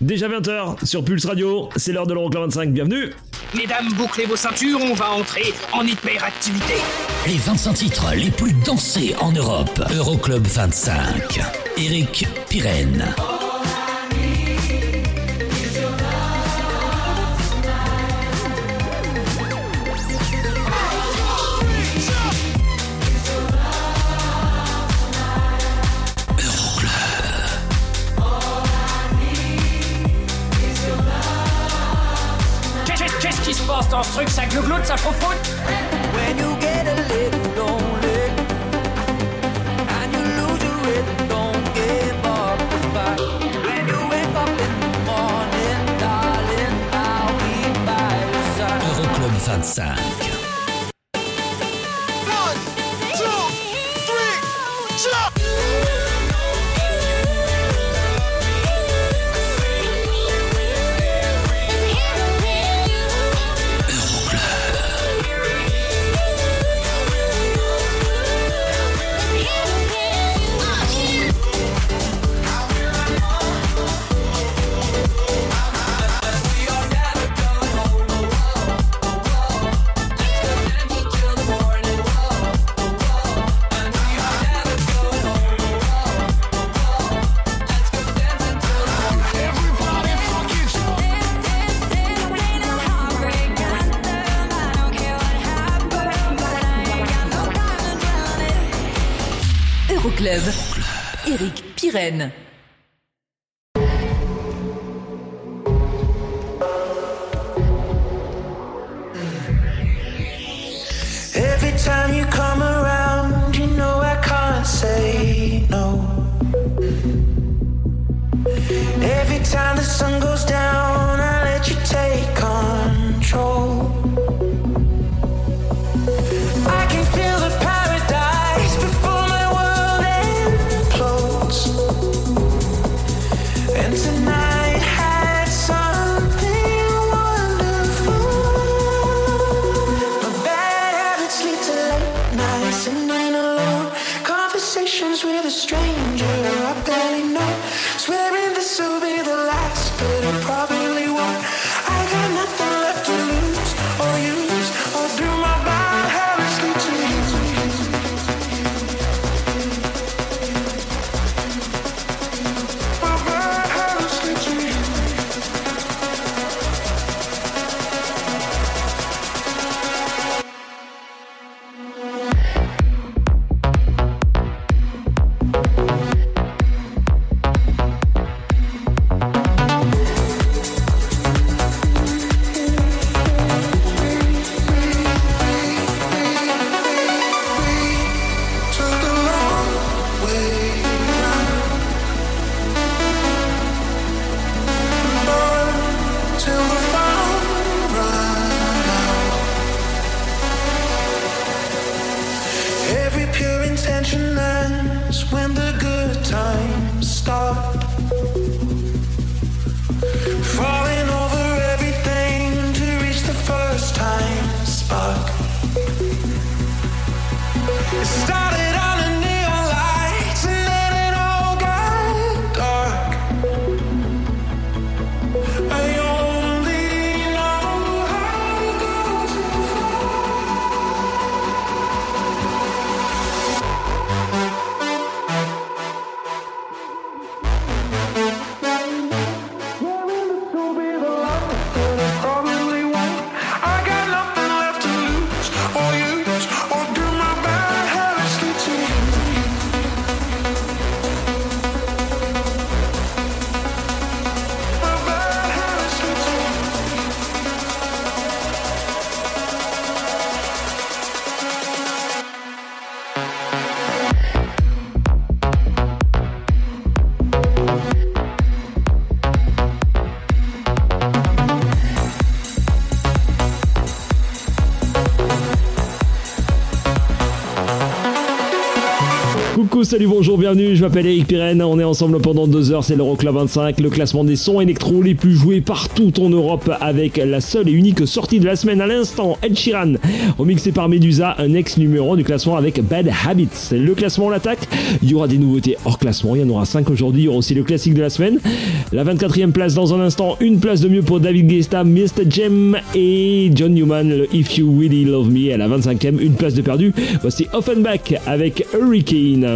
Déjà 20h sur Pulse Radio, c'est l'heure de l'Euroclub 25, bienvenue. Mesdames, bouclez vos ceintures, on va entrer en hyperactivité. Les 25 titres les plus dansés en Europe. Euroclub 25. Eric Pirenne. Qu'est-ce qui se passe dans ce truc? Ça glougloute, ça froufroute? When you get a little lonely and you lose your rhythm, don't give up the fight. When you wake up in the morning, darling, I'll be by your side. Euroclub 25. 1, 2, 3, jump! Euroclub, Eric Pirenne. Every time you come around, you know I can't say no. Every time the sun goes down, I let you take control. I can feel the paradise before my world implodes. And tonight had something wonderful. My bad habits lead to late tous, salut, bonjour, bienvenue, je m'appelle Eric Pirenne, on est ensemble pendant 2 heures, c'est l'Euroclub 25, le classement des sons électro les plus joués partout en Europe avec la seule et unique sortie de la semaine à l'instant, Ed Sheeran, remixé par Medusa, un ex-numéro 1 du classement avec Bad Habits. Le classement, on l'attaque, il y aura des nouveautés hors classement, il y en aura 5 aujourd'hui, il y aura aussi le classique de la semaine, la 24e place dans un instant, une place de mieux pour David Guetta, Mr. Jem et John Newman, le If You Really Love Me, à la 25e, une place de perdu, voici Offenbach avec Hurricane.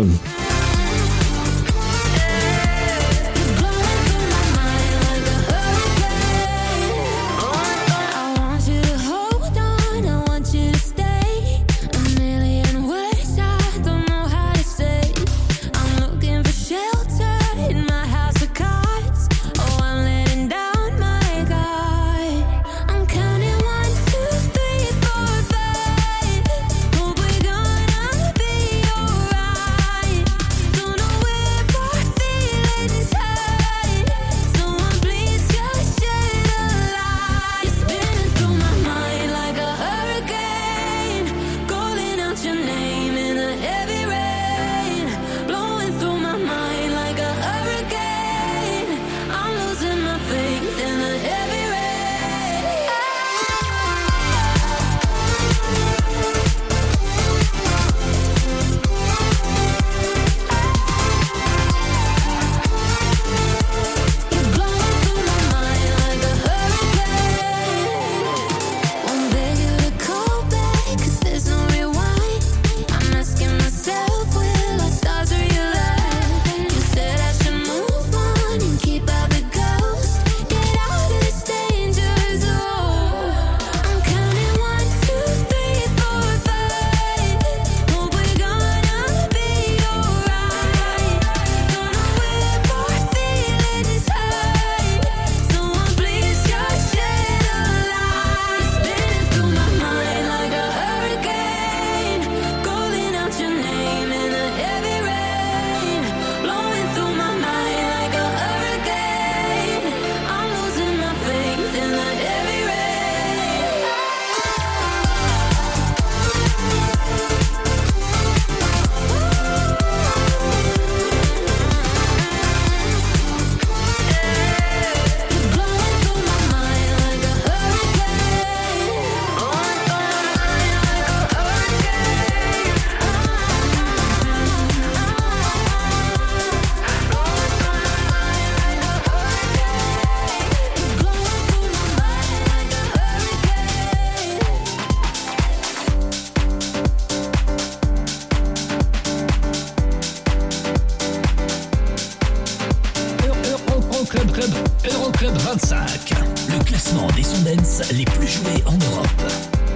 Euroclub 25, le classement des sons dance les plus joués en Europe.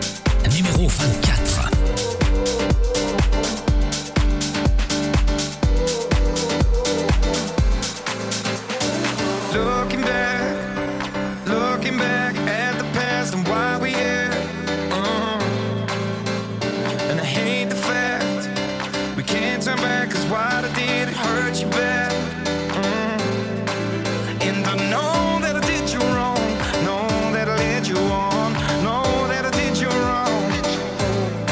Numéro 24. Looking back at the past and why we here. And I hate the fact we can't turn back, 'cause what I did, it hurt you bad. And I know that I did you wrong, know that I led you on, know that I did you wrong.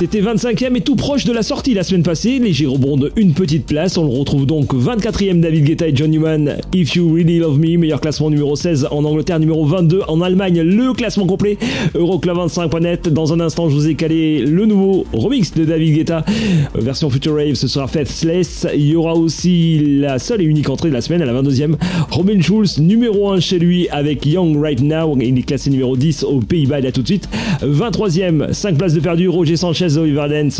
C'était 25e et tout proche de la sortie la semaine passée. Léger rebond de une petite place. On le retrouve donc 24e David Guetta et John Newman. If You Really Love Me, meilleur classement numéro 16 en Angleterre, numéro 22 en Allemagne. Le classement complet Euroclub25.net. Dans un instant, je vous ai calé le nouveau remix de David Guetta, version Future Rave. Ce sera Faithless. Il y aura aussi la seule et unique entrée de la semaine à la 22e. Robin Schulz, numéro 1 chez lui avec Young Right Now. Il est classé numéro 10 aux Pays-Bas. Et là tout de suite, 23e, 5 places de perdu. Roger Sanchez, Oliver Dance.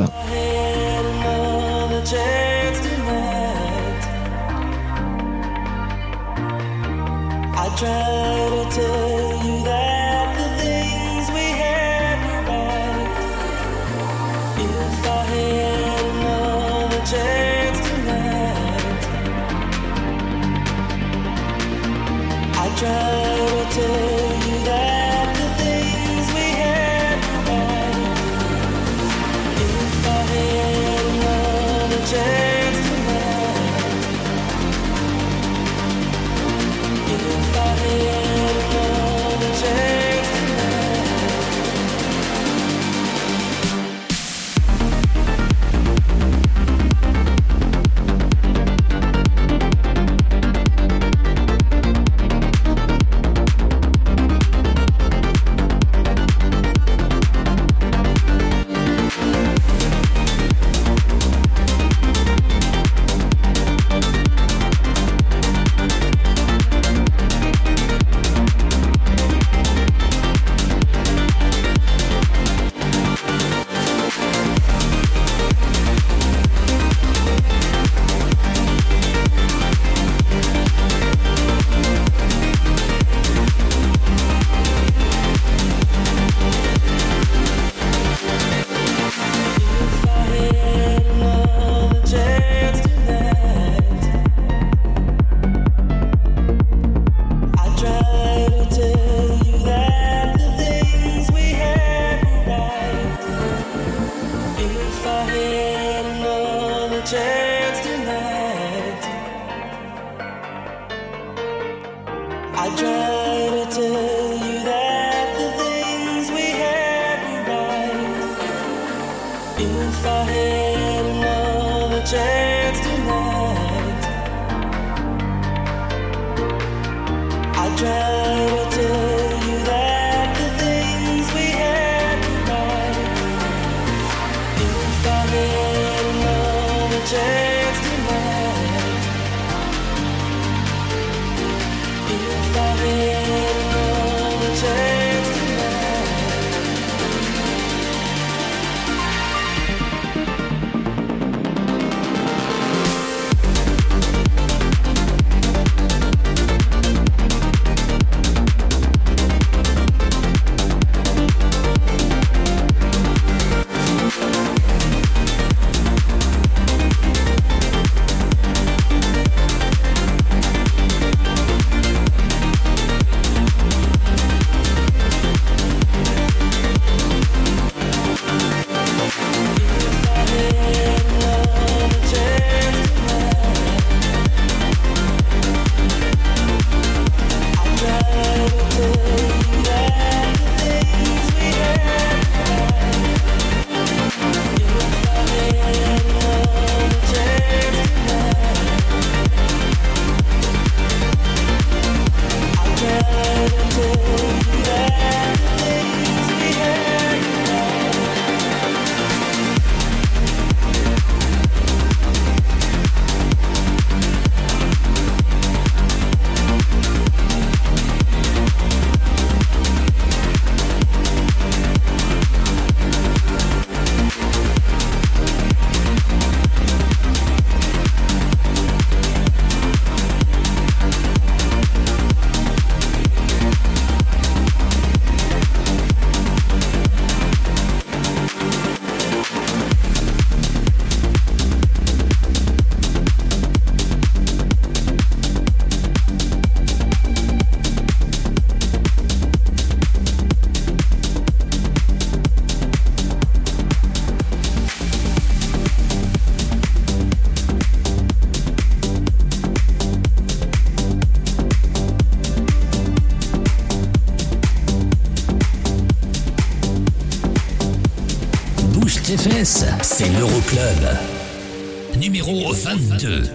fesse, c'est l'Euroclub. Numéro 22.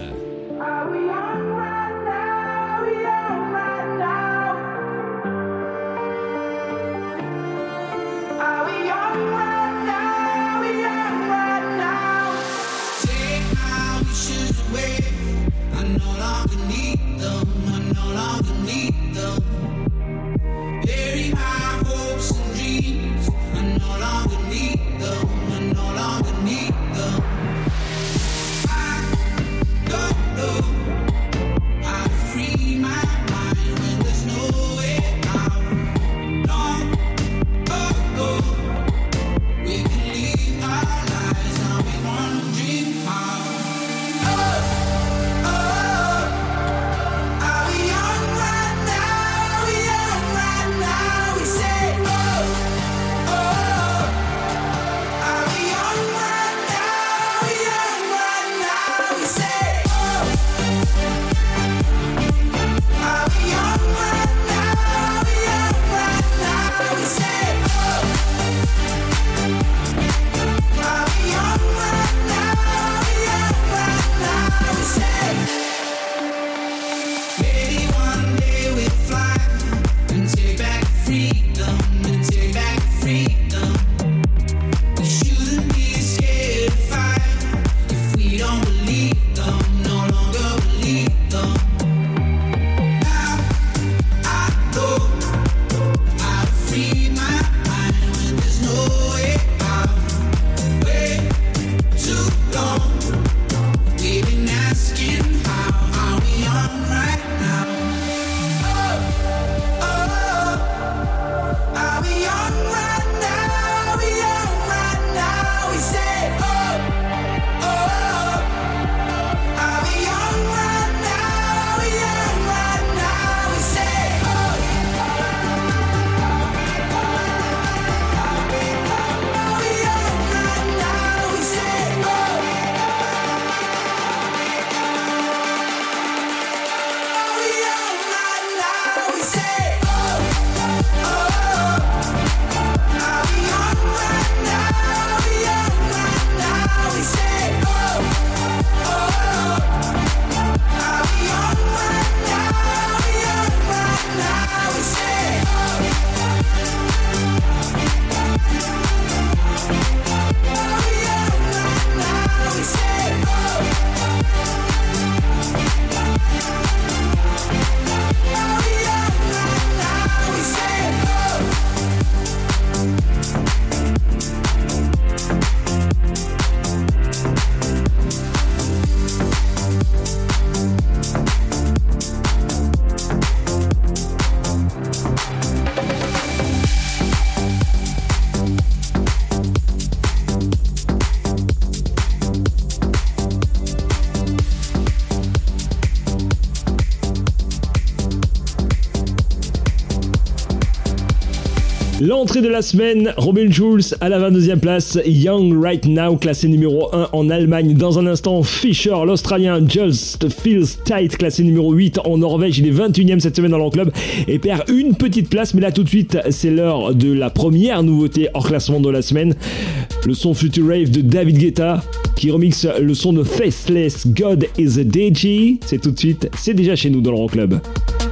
L'entrée de la semaine, Robin Schulz à la 22e place, Young Right Now, classé numéro 1 en Allemagne. Dans un instant, Fisher, l'Australien, Just Feels Tight, classé numéro 8 en Norvège. Il est 21e cette semaine dans l'Euroclub et perd une petite place. Mais là, tout de suite, c'est l'heure de la première nouveauté hors classement de la semaine. Le son Future Rave de David Guetta qui remixe le son de Faceless, God is a Deji. C'est tout de suite, c'est déjà chez nous dans l'Euroclub.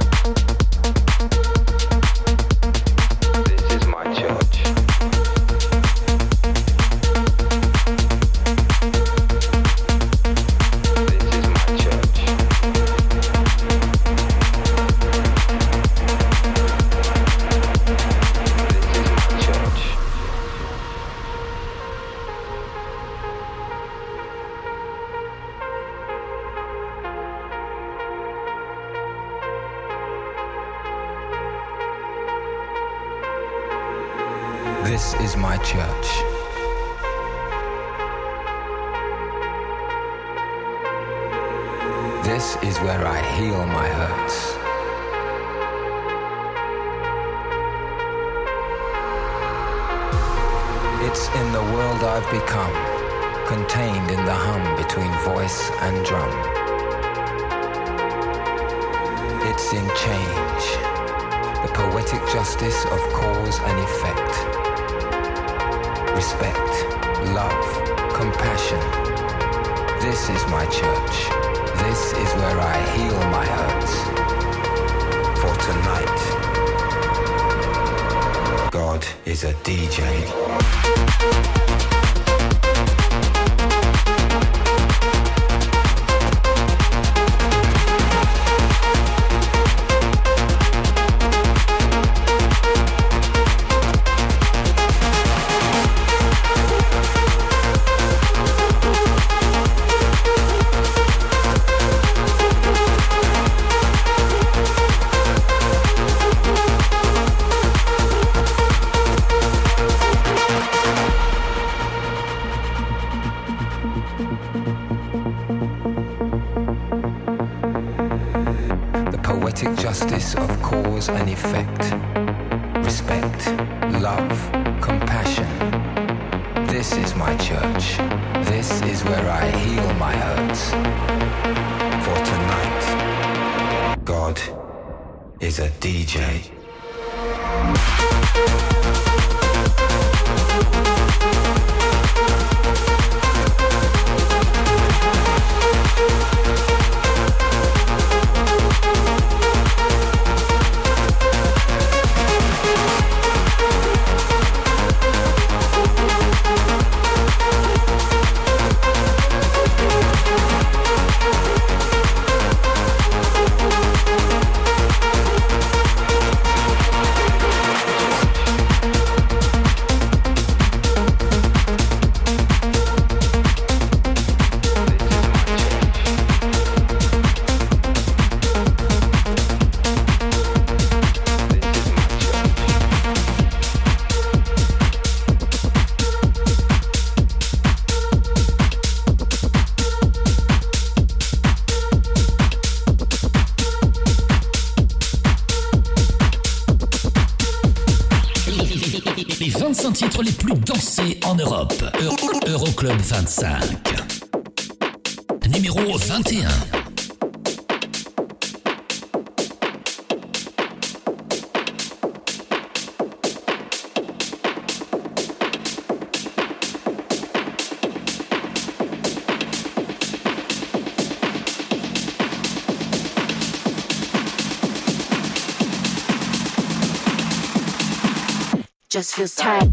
This is my church. This is where I heal my hurts. It's in the world I've become, contained in the hum between voice and drum. It's in change, the poetic justice of cause and effect. Respect. love, compassion. This is my church. This is where I heal my hurts. For tonight, God is a DJ. Justice of cause and effect. Respect, love, compassion. This is my church. This is where I heal my hurts. For tonight, God is a DJ. Les 25 titres les plus dansés en Europe. Euroclub 25. Numéro 21. Just feels tight.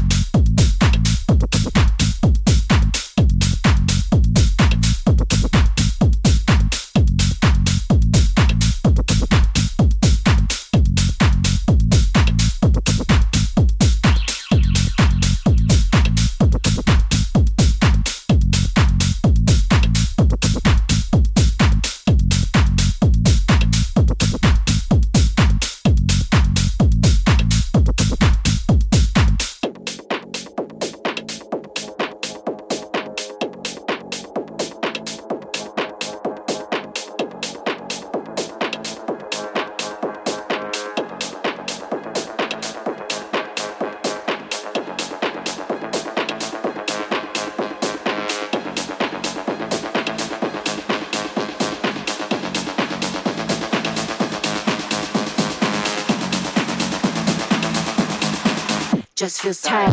Just feels tight.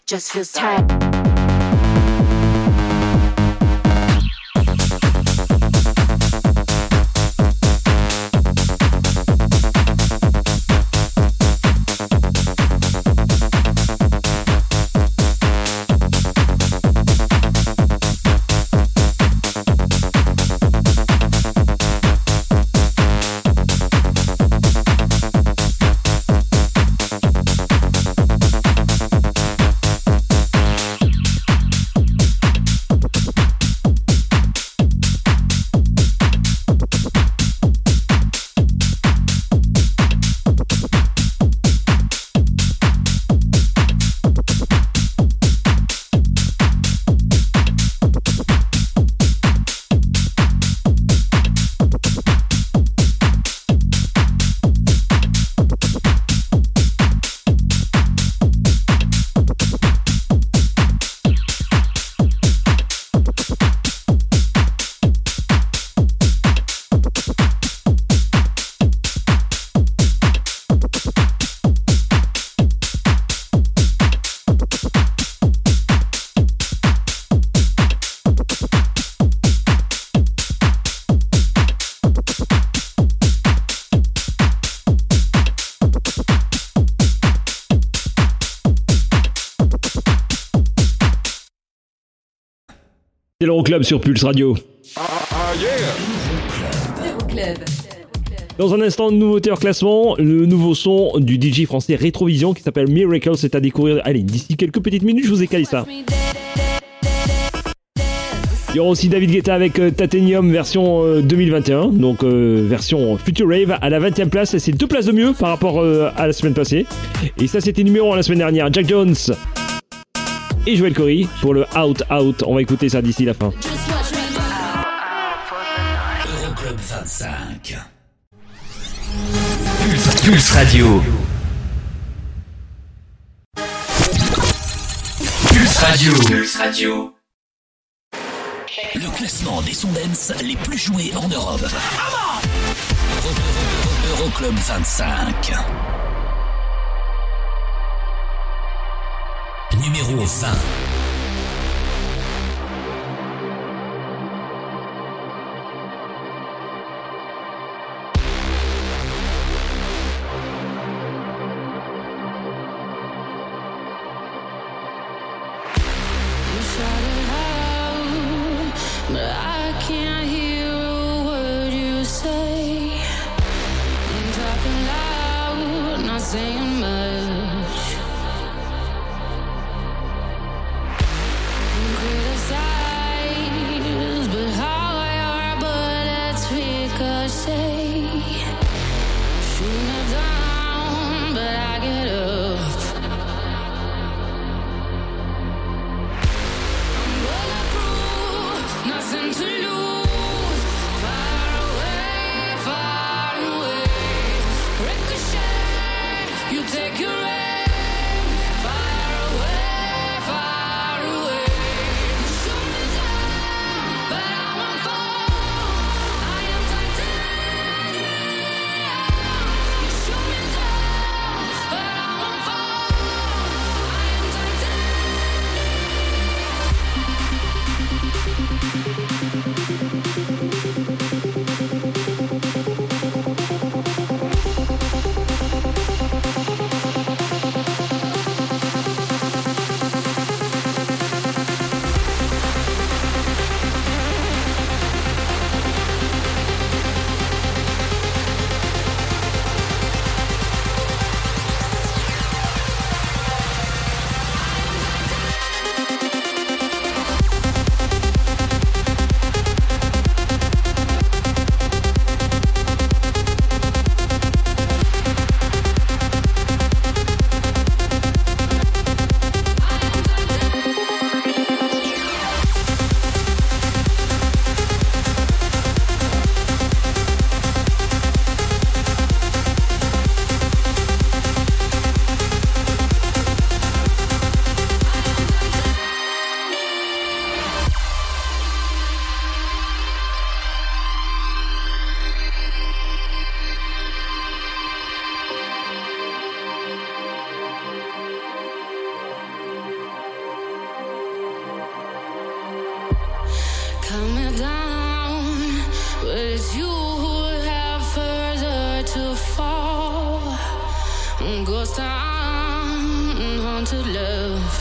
just feels tight. C'est l'Euroclub sur Pulse Radio. Euroclub. Dans un instant, nouveauté hors classement, le nouveau son du DJ français Rétrovision qui s'appelle Miracle, c'est à découvrir. Allez, d'ici quelques petites minutes, je vous ai calé ça. Il y aura aussi David Guetta avec Titanium version 2021, donc version Future Rave à la 20e place. C'est 2 places de mieux par rapport à la semaine passée. Et ça, c'était numéro 1 la semaine dernière. Jack Jones et Joel Corey pour le Out Out. On va écouter ça d'ici la fin. Euroclub 25. Pulse Radio. Pulse Radio. Pulse Radio. Le classement des sons dance les plus joués en Europe. Euroclub 25. Numéro 20. But I can't hear a word you say. I'm talking loud, not saying much. Criticize, but how your bullets ricochet. Shoot me down, but I get up. Nothing to lose. Far away, ricochet. You take Ghost town, haunted love.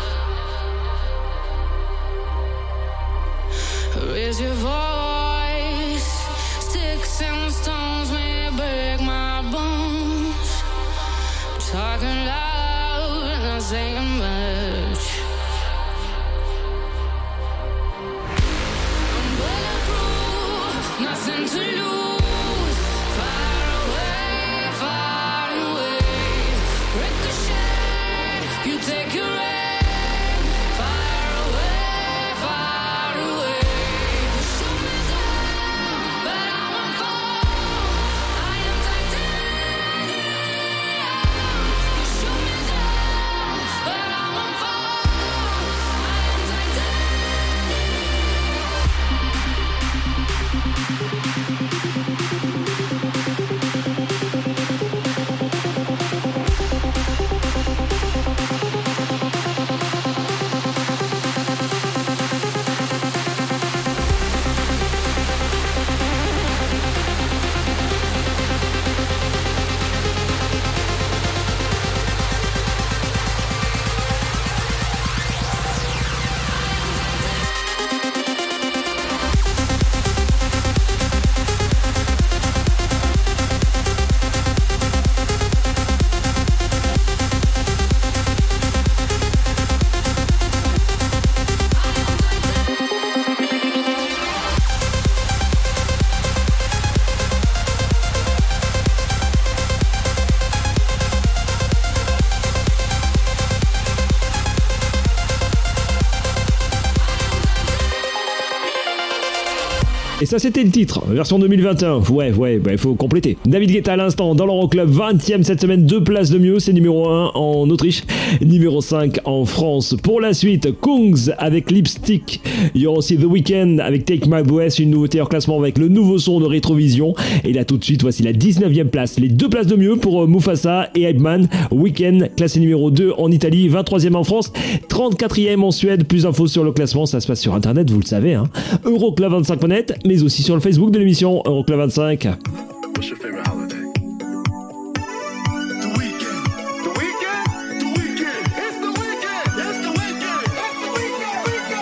Raise your voice. Sticks and stones may break my bones. Talking loud, not saying much. I'm bulletproof, nothing to lose. Far away, far away. Ricochet, you take your aim. Far away, far away. Shoot me down, but I won't fall. I am titanium. You shoot me down, but I won't fall. I am Et ça c'était le titre, version 2021. Ouais, il faut compléter. David Guetta à l'instant dans l'Euroclub, 20e cette semaine, 2 places de mieux, c'est numéro 1 en Autriche, numéro 5 en France. Pour la suite, Kungs avec Lipstick, il y aura aussi The Weeknd avec Take My Breath, une nouveauté en classement avec le nouveau son de Rétrovision. Et là tout de suite, voici la 19e place, les 2 places de mieux pour Mufasa et Hypeman. Weeknd, classé numéro 2 en Italie, 23e en France, 34e en Suède. Plus d'infos sur le classement, ça se passe sur internet, vous le savez, hein. Euroclub25.net, mais aussi sur le Facebook de l'émission Euroclub 25. What's your favorite holiday? The weekend. The weekend? The weekend. It's the weekend. It's the weekend. It's the weekend.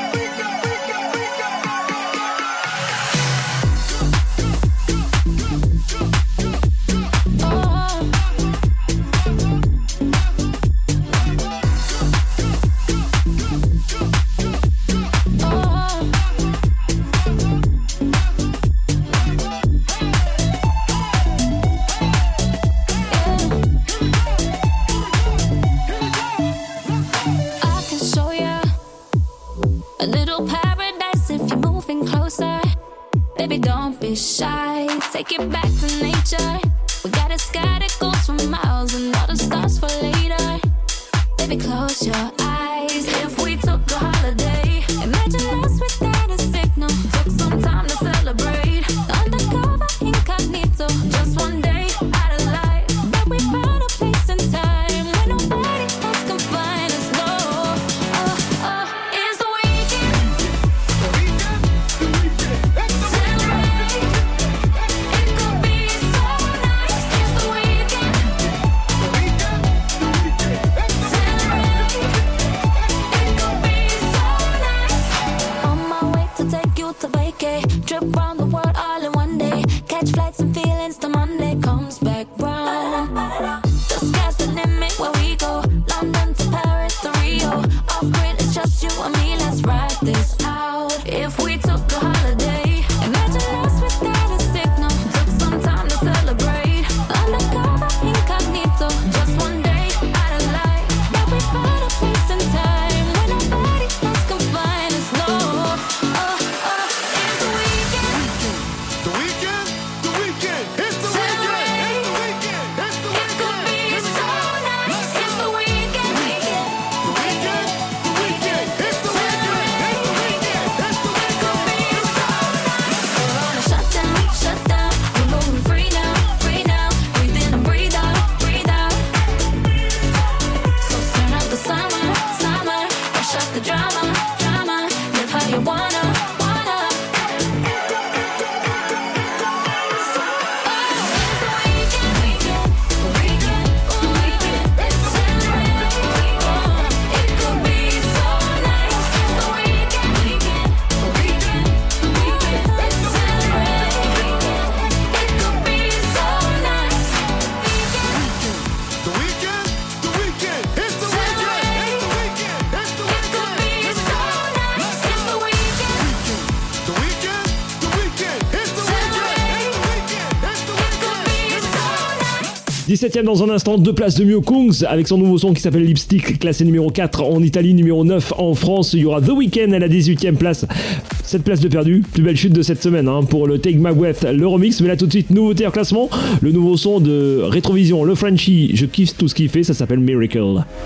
Baby, don't be shy. Take it back to nature. We got a sky that goes for miles and all the stars for later. Baby, close your eyes. If we took a holiday, imagine us without a signal. Took some time to celebrate. Undercover, incognito. Just one day out of life. But we found a place and time where nobody else can find us. No, it's the weekend. Celebrate. It could be so nice. It's the weekend. 17ème dans un instant, 2 places de mieux Kungs avec son nouveau son qui s'appelle Lipstick, classé numéro 4 en Italie, numéro 9 en France. Il y aura The Weeknd à la 18ème place. 7 places de perdu, plus belle chute de cette semaine pour le Take My Breath, le remix. Mais là tout de suite, nouveauté en classement, le nouveau son de Rétrovision, le Frenchie. Je kiffe tout ce qu'il fait, ça s'appelle Miracle.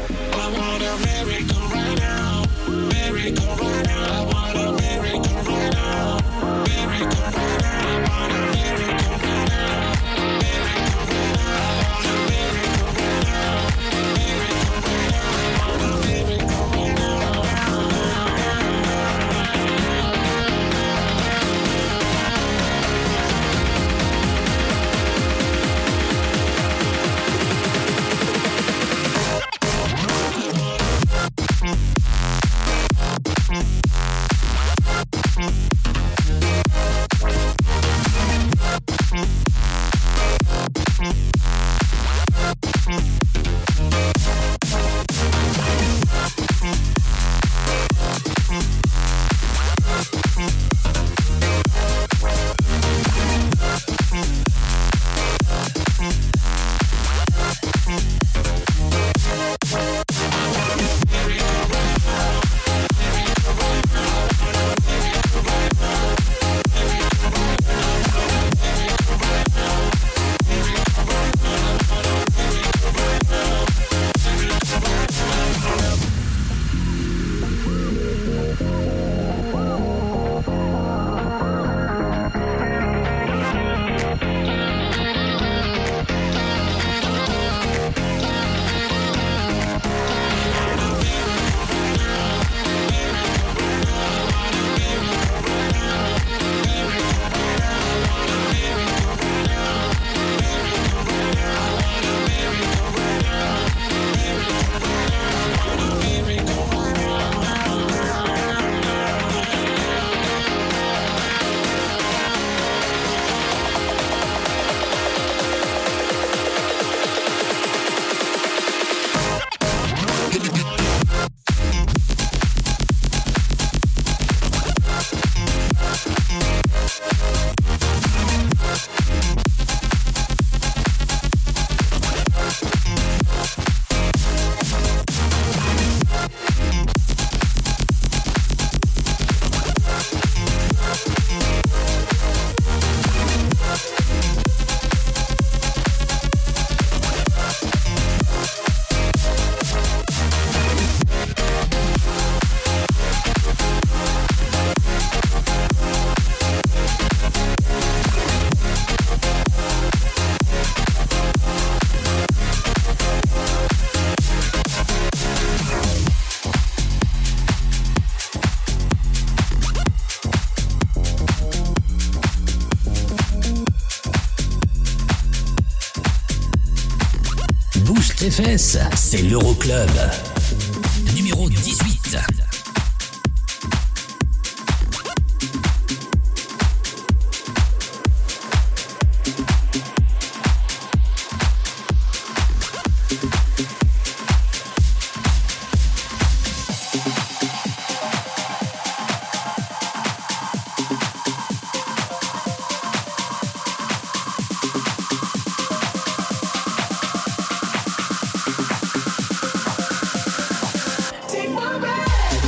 tes fesses, c'est l'Euroclub. Numéro 18. Take my breath.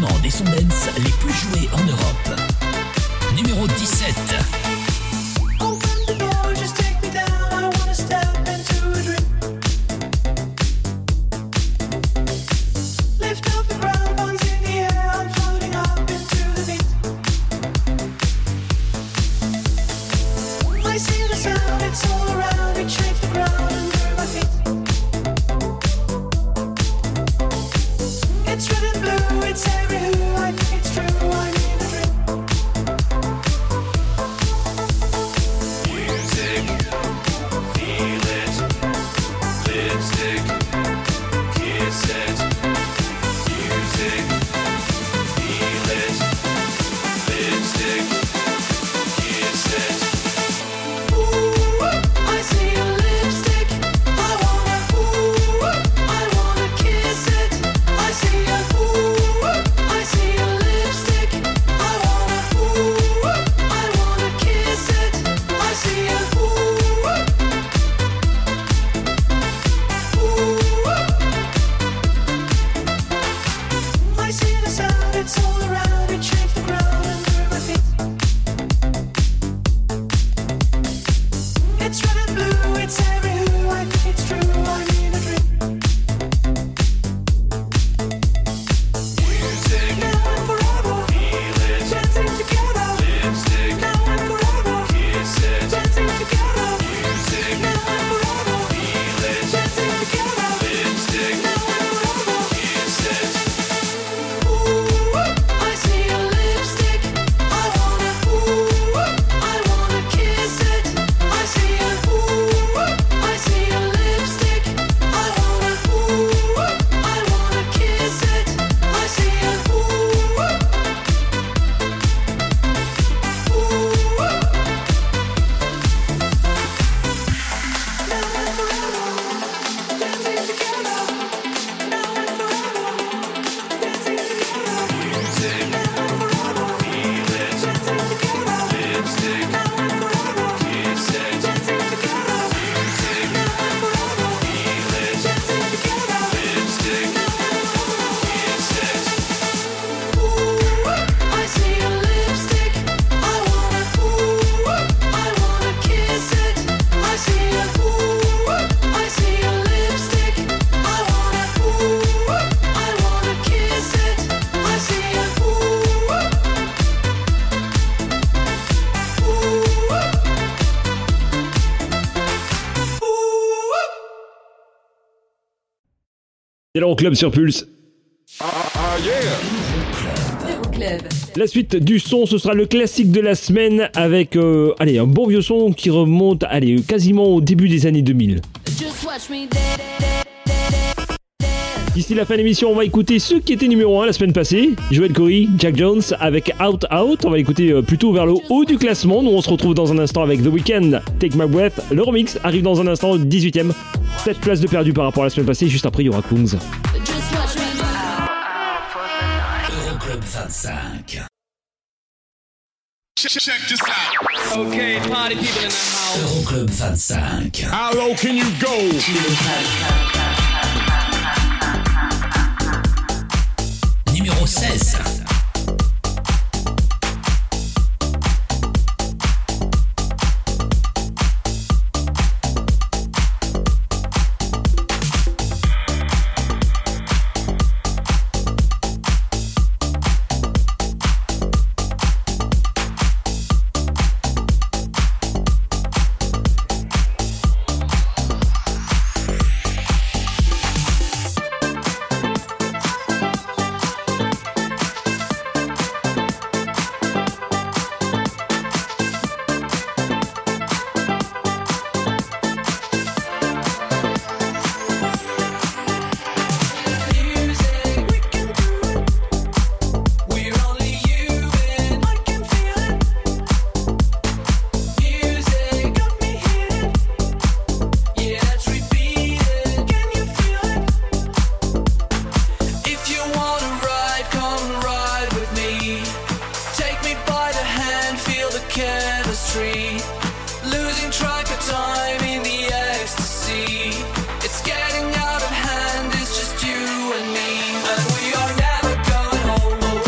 classement des sons dance les plus joués en Europe. Numéro 17. Open the door, just take me down. I wanna step into a dream. Lift up the ground, arms in the air. I'm floating up into the beat. I see the sound, it's all around. It shakes the ground under my feet. It's red and blue, it's everywhere. I think it's true. I'm in a dream. Music, feel it. Lipstick, kiss it. Music, feel it. Lipstick, kiss it. Ooh, I see your lipstick. I wanna kiss it. I see your I see your lipstick. I wanna kiss it. I see your I see the sound, it's all around. It shakes the ground under my feet. It's red and blue, it's everywhere. I think it's true. I'm in a dream. Music, Now and forever, feel it. dancing together. Lipstick, Now and forever, kiss it. dancing together. Music, Now and forever, feel it. dancing together. Lipstick, Now and forever. kiss it. Ooh, I see your lipstick. I wanna kiss it. I see your lipstick. I wanna kiss it. I see your Now and forever, dancing together. Now and forever, dancing together. Music, Now and forever, feel it. dancing together. Lipstick, Now and forever, kiss it. dancing together. Music, Now and forever, feel it. dancing together. Lipstick, kiss it. Ooh, I see your lipstick. I wanna kiss it. I see your lipstick. I wanna kiss it. I see your C'est l'Euroclub sur Pulse. Euroclub. La suite du son, ce sera le classique de la semaine avec un bon vieux son qui remonte quasiment au début des années 2000. Just watch me D'ici la fin de l'émission, on va écouter ceux qui étaient numéro 1 la semaine passée. Joel Corey, Jack Jones avec Out Out. On va l'écouter plutôt vers le haut du classement. Nous, on se retrouve dans un instant avec The Weeknd, Take My Breath. Le remix arrive dans un instant au 18ème. 7 places de perdu par rapport à la semaine passée. Juste après, il y aura Kungs. Euroclub 25. Check this out. Okay, party people in the house. Euroclub 25. How low can you go? Numéro 16. It's getting out of hand, it's just you and me. And we are never going home.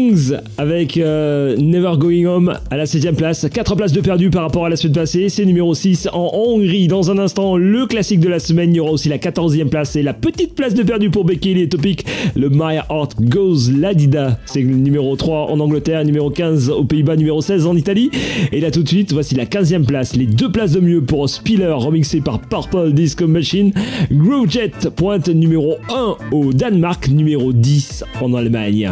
Kings avec Never Going Home à la 7ème place. 4 places de perdu par rapport à la semaine passée. C'est numéro 6 en Hongrie. Dans un instant, le classique de la semaine. Il y aura aussi la 14e place et la petite place de perdu pour Becky et Topic. Le My Heart Goes Ladida. C'est le numéro 3 en Angleterre, numéro 15 aux Pays-Bas, numéro 16 en Italie. Et là tout de suite, voici la 15e place. Les 2 places de mieux pour Spiller, remixé par Purple Disco Machine. Groove Jet pointe numéro 1 au Danemark, numéro 10 en Allemagne.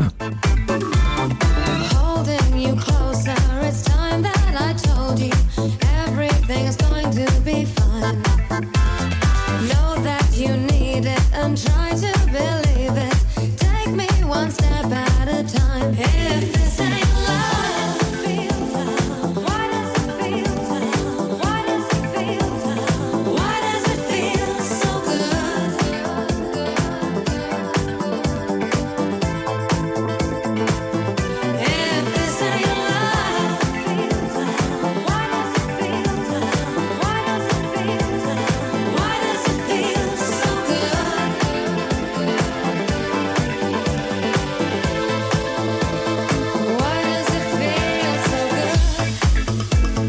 Holding you closer, it's time that I told you everything's going to be fine. Know that you need it and try to believe it. Take me one step at a time. If this ain't love, why does it feel down? Why does it feel down? Why does it feel so good? If this ain't love, why does it feel down? Why does it feel down? Why does it feel so good? Why does it feel so good?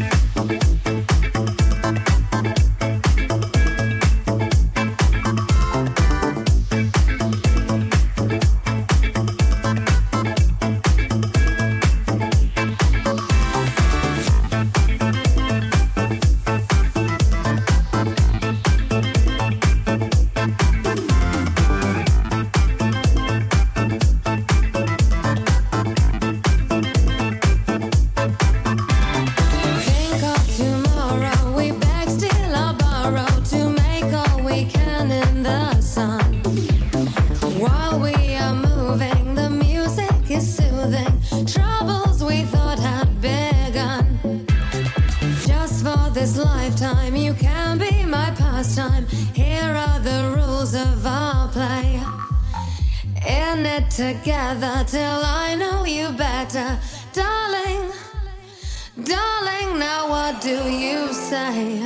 Think of tomorrow, we beg, steal or borrow to make all we can in the sun. While we are moving, the music is soothing. Troubles we thought had begun. Just for this lifetime, you can be my pastime. Here are the rules of our play. In it together till I know you better, darling. Darling, now what do you say?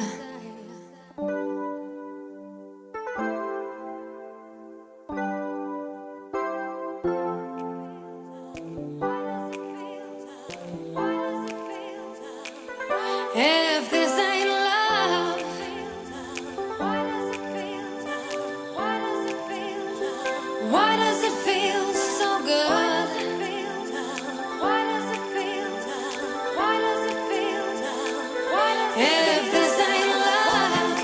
If this ain't love, why does it feel so good? Why does it feel down? Why does it feel down? Why does it if this ain't love,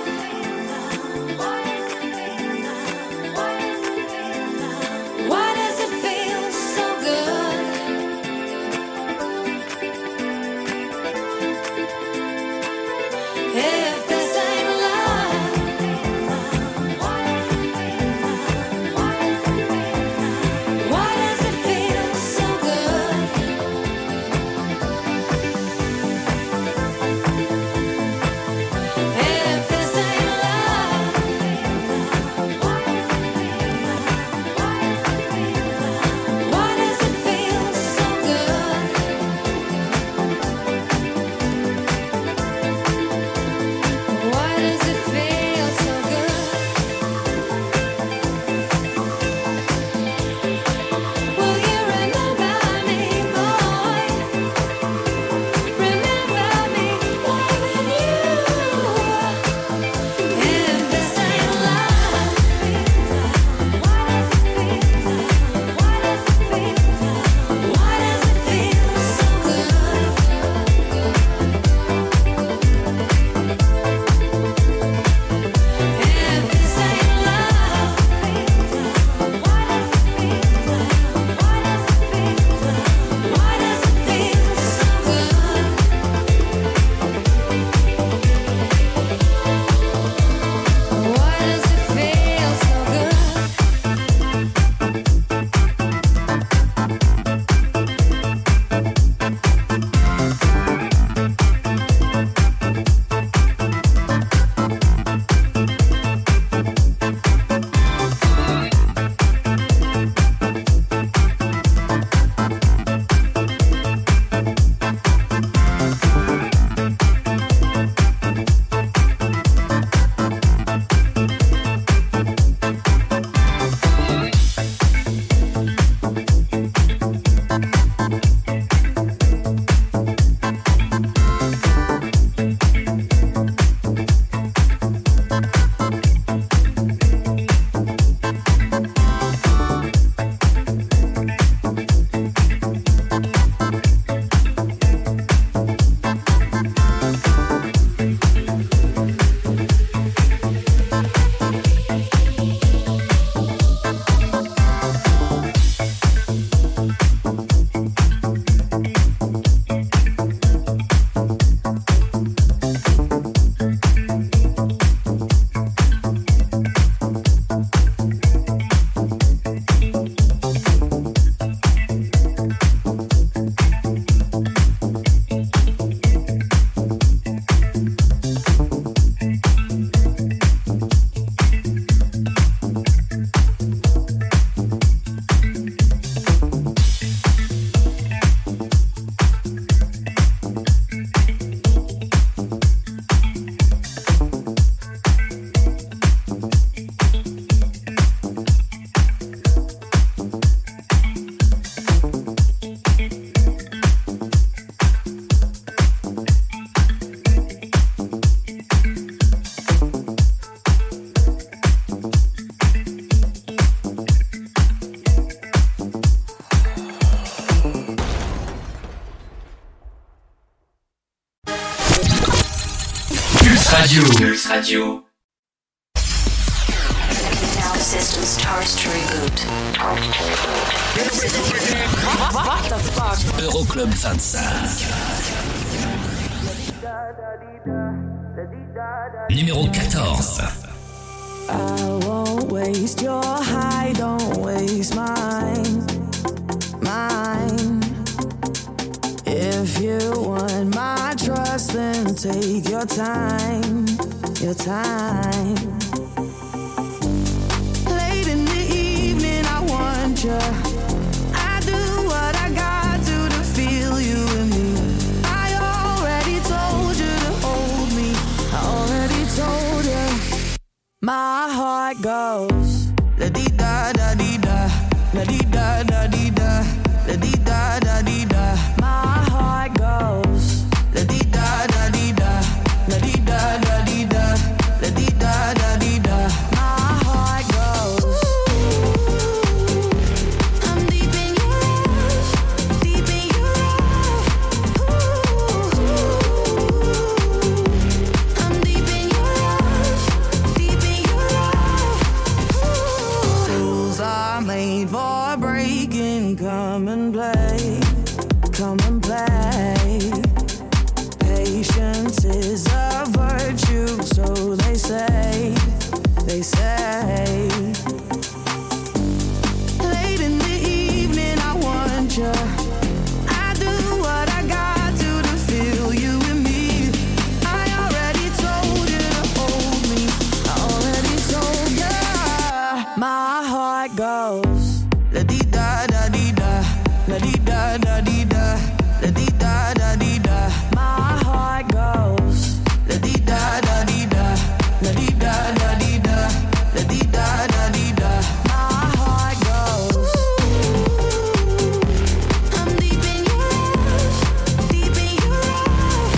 why does it feel so good? If this ain't love, why does it feel so good? If this ain't love, why does it feel so good? Radio. Pulse Radio. Sound systems starts to reboot. What the fuck? Euroclub 25. Numéro 14. I won't waste your high, don't waste mine. If you want my trust, then take your time, your time. Late in the evening, I want you. I do what I got to feel you and me. I already told you to hold me. I already told you. My heart goes la di da da di da, la di da da di da, la di da da di da. My heart goes la di da da di da, la di da da di da, la di da da di da. My heart goes. I'm deep in your love, deep in your love. I'm deep in your love, deep in your love. Rules are made for breaking. Come and play, come and play. Patience is a virtue, so they say, they say. Late in the evening, I want you. I do what I got to feel you and me. I already told you to hold me. I already told you. My heart goes la di da da di da, la di da da di da, la di da da di da. My heart goes la di da da di da, la di da da di da, la di da da di da. My heart goes. I'm deep in your love, deep in your love.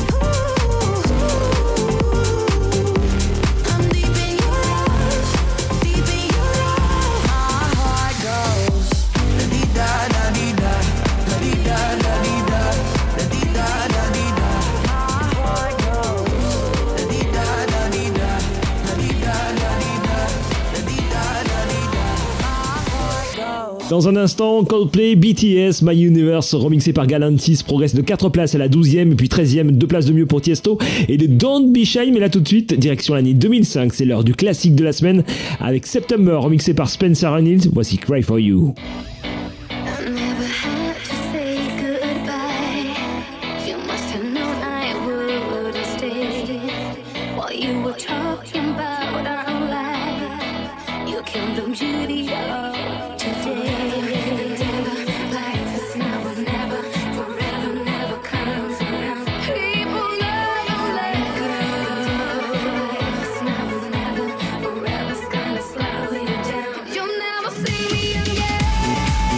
I'm deep in your love, deep in your love. My heart goes la di da da di da, la di da da di da, la di da da di da. My heart goes la di da da di da, la di da da di da, la di da da di da. My heart goes. Dans un instant, Coldplay, BTS, My Universe, remixé par Galantis, progresse de 4 places à la 12e et puis 13e, 2 places de mieux pour Tiesto et les Don't Be Shy. Mais là tout de suite, direction l'année 2005, c'est l'heure du classique de la semaine avec September, remixé par Spencer Hills. Voici Cry For You. I never had to say goodbye. You must have known I would stay while you were talking about our life. You killed the beauty of today. Like this now or never, forever never comes around. People never let go. Like this now or never, forever's gonna slow you down. You'll never see me again.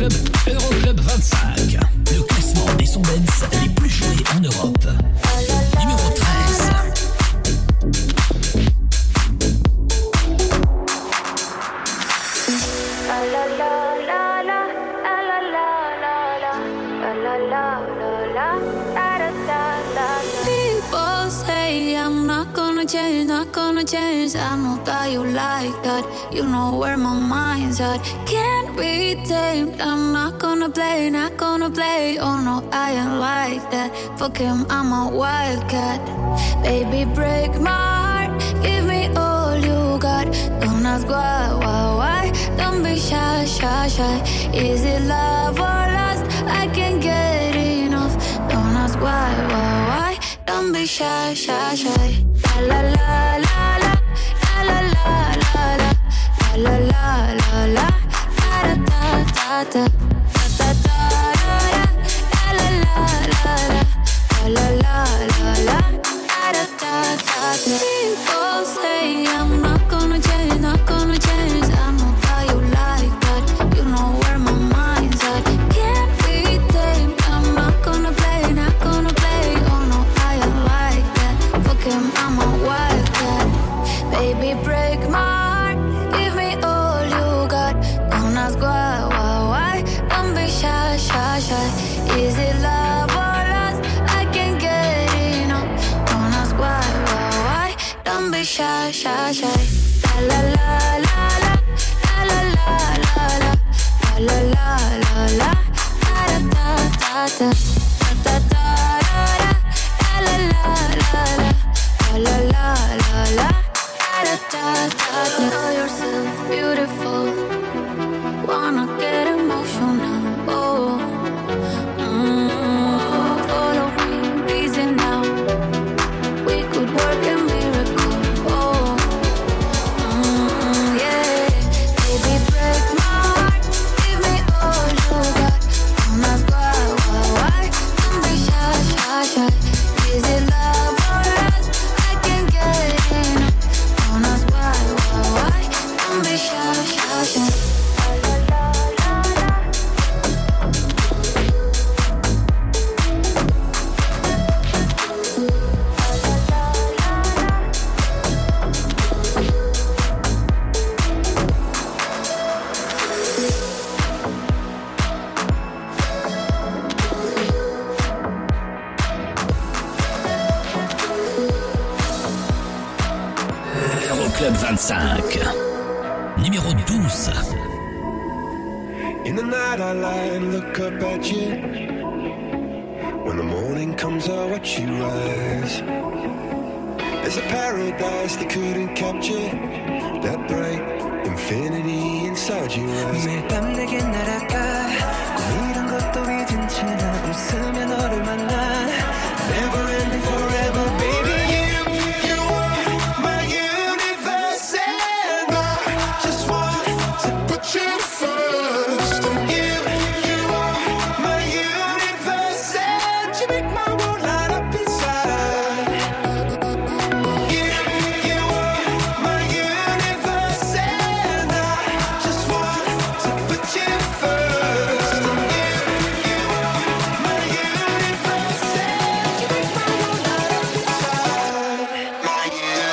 Euroclub 25, le classement des sons dance les plus joués en Europe. Numéro 13. People say I'm not gonna change, not gonna change. I know that you like that. You know where my mind's at. Can't be tamed. I'm not gonna play, not gonna play. Oh no, I ain't like that. Fuck him, I'm a wildcat. Baby, break my heart. Give me all you got. Don't ask why. Don't be shy, shy, shy. Is it love or lust? I can't get enough. Don't ask why. Don't be shy, shy, shy. La la la la la la la la la la la la la da da da da da da la la la la la la la da da da. People say I'm not gonna change, not gonna change. I know that you like that. You know where my mind's at. Can't be tamed. I'm not gonna play, not gonna play. Oh no, I ain't like that. Fuck him, I'm a wildcat. Baby, break my heart. Give me all you got. Don't ask why. Don't be shy, shy, shy. Is it love or lust? I can't get enough. Don't ask why. Don't be shy, shy, shy. La la la la la la la la la la la la da da da da da da da la la la la la la la da da da. Know yourself beautiful. Wanna get emotional. Oh, follow me, reason now. We could work a miracle. Oh, yeah. Baby, break my heart. Give me all you got. Don't ask why. Don't be shy, shy, shy. Is it love or lust? I can't get enough. Don't ask why. Don't be shy, shy, shy. Euroclub 25, numéro 12. In the night I lie and look up at you. When the morning comes I watch you rise. There's a paradise they couldn't capture. That bright infinity inside your eyes. 매일 밤 내게 날아가 꿈이란 것도 잊은 채 나 웃으며 너를 만나. Never ending forever, baby. You are my universe, and I just want to put you first. You are my universe, and you make my world light up inside. You are my universe, and I just want to put you first. You are my universe, and you make my world light up inside. My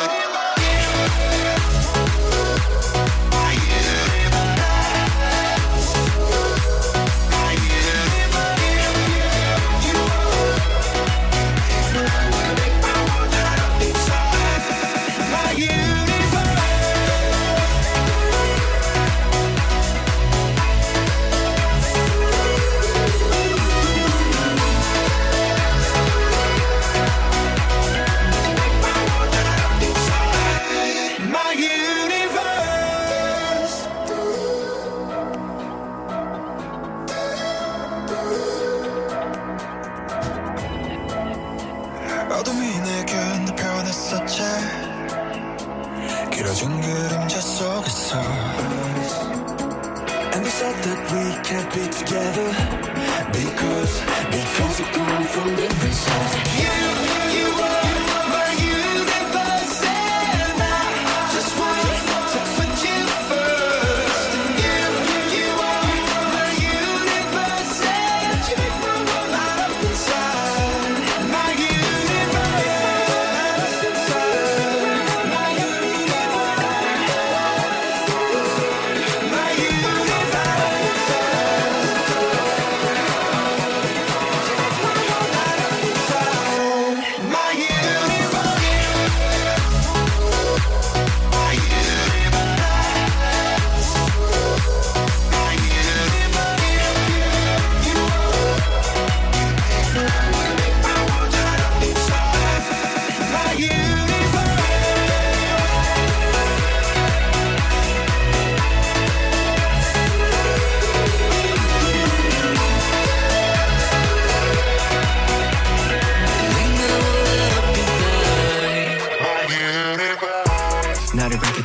어둠이 내게 늘 변했었지. 길어진 그림자 속에서. And they said that we can't be together because we're coming from different sides. You are my universe, and I just want to put you first. You are my universe.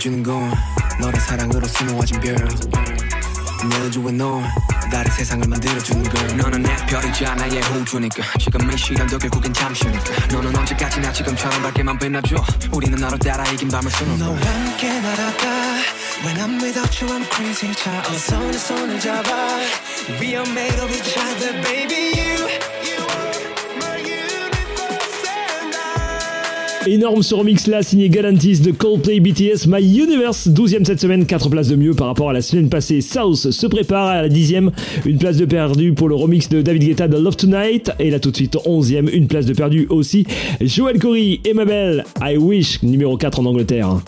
주는 건 너의 사랑으로 수놓아진 별 내 우주에 넌 다른 세상을 만들어주는 걸 너는 내 별이잖아 의 호주니까 지금 이 시간도 결국엔 잠시니까 너는 언제까지나 지금처럼 밝게만 빛나줘 우리는 너를 따라 이긴 밤을 수놓고 너와 함께 날아가 When I'm without you I'm crazy 자 어서 내 손을 잡아 We are made of each other baby You Énorme ce remix là, signé Galantis de Coldplay BTS My Universe, 12e cette semaine, 4 places de mieux par rapport à la semaine passée. South se prépare à la 10e, une place de perdu pour le remix de David Guetta de Love Tonight. Et là tout de suite 11e, une place de perdu aussi. Joel Corey et Mabel, I Wish, numéro 4 en Angleterre.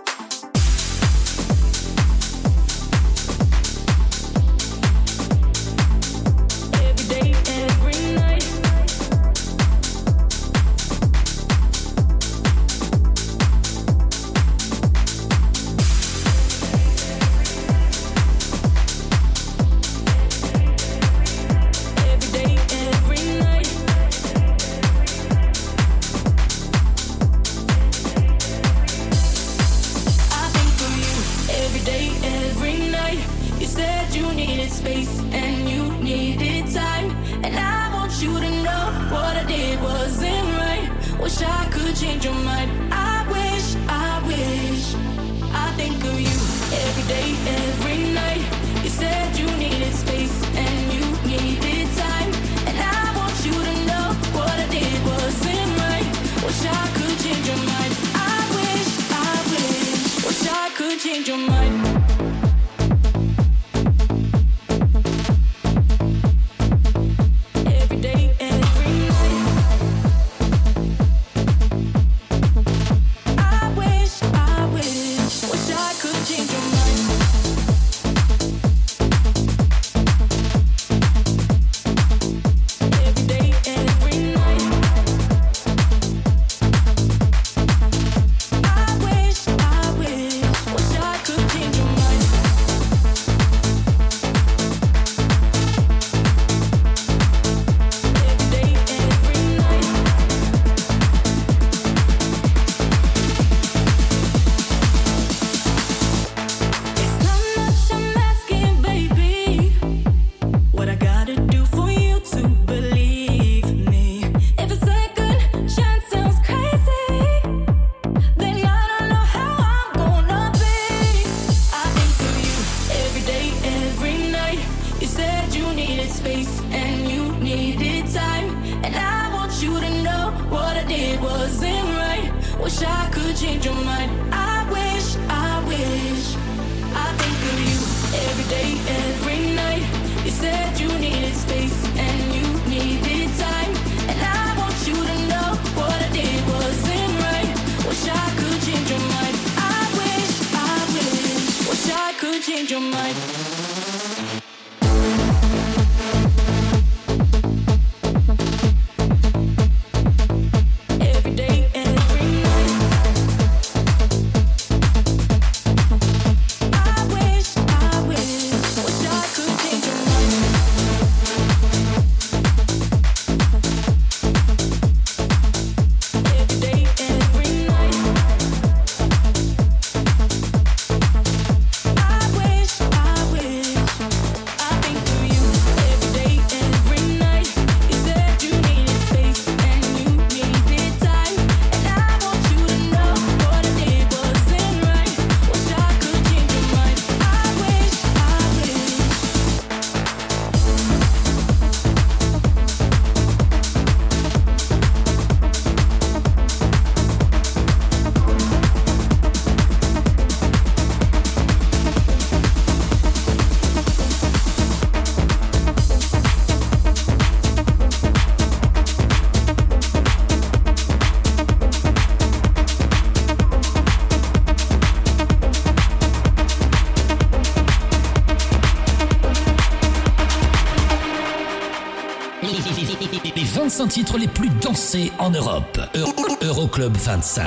Les 25 titres les plus dansés en Europe. Euroclub 25.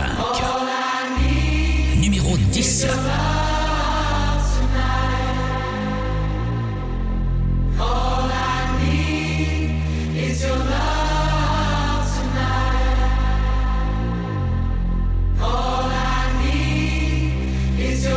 Numéro 10. Is your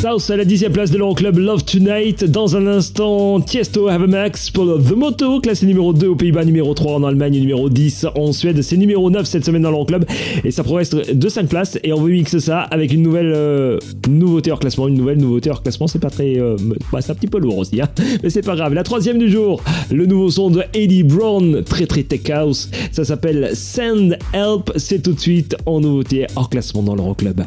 South à la 10e place de l'Euroclub Love Tonight. Dans un instant, Tiesto Have a Max pour The Moto, classé numéro 2 aux Pays-Bas, numéro 3 en Allemagne, numéro 10 en Suède. C'est numéro 9 cette semaine dans l'Euroclub et ça progresse de 5 places. Et on vous mixe ça avec une nouvelle nouveauté hors classement. Une nouvelle nouveauté hors classement, c'est pas très. C'est un petit peu lourd aussi, hein, mais c'est pas grave. La 3e du jour, le nouveau son de Eddie Brown, très tech house. Ça s'appelle Send Help. C'est tout de suite en nouveauté hors classement dans l'Euroclub.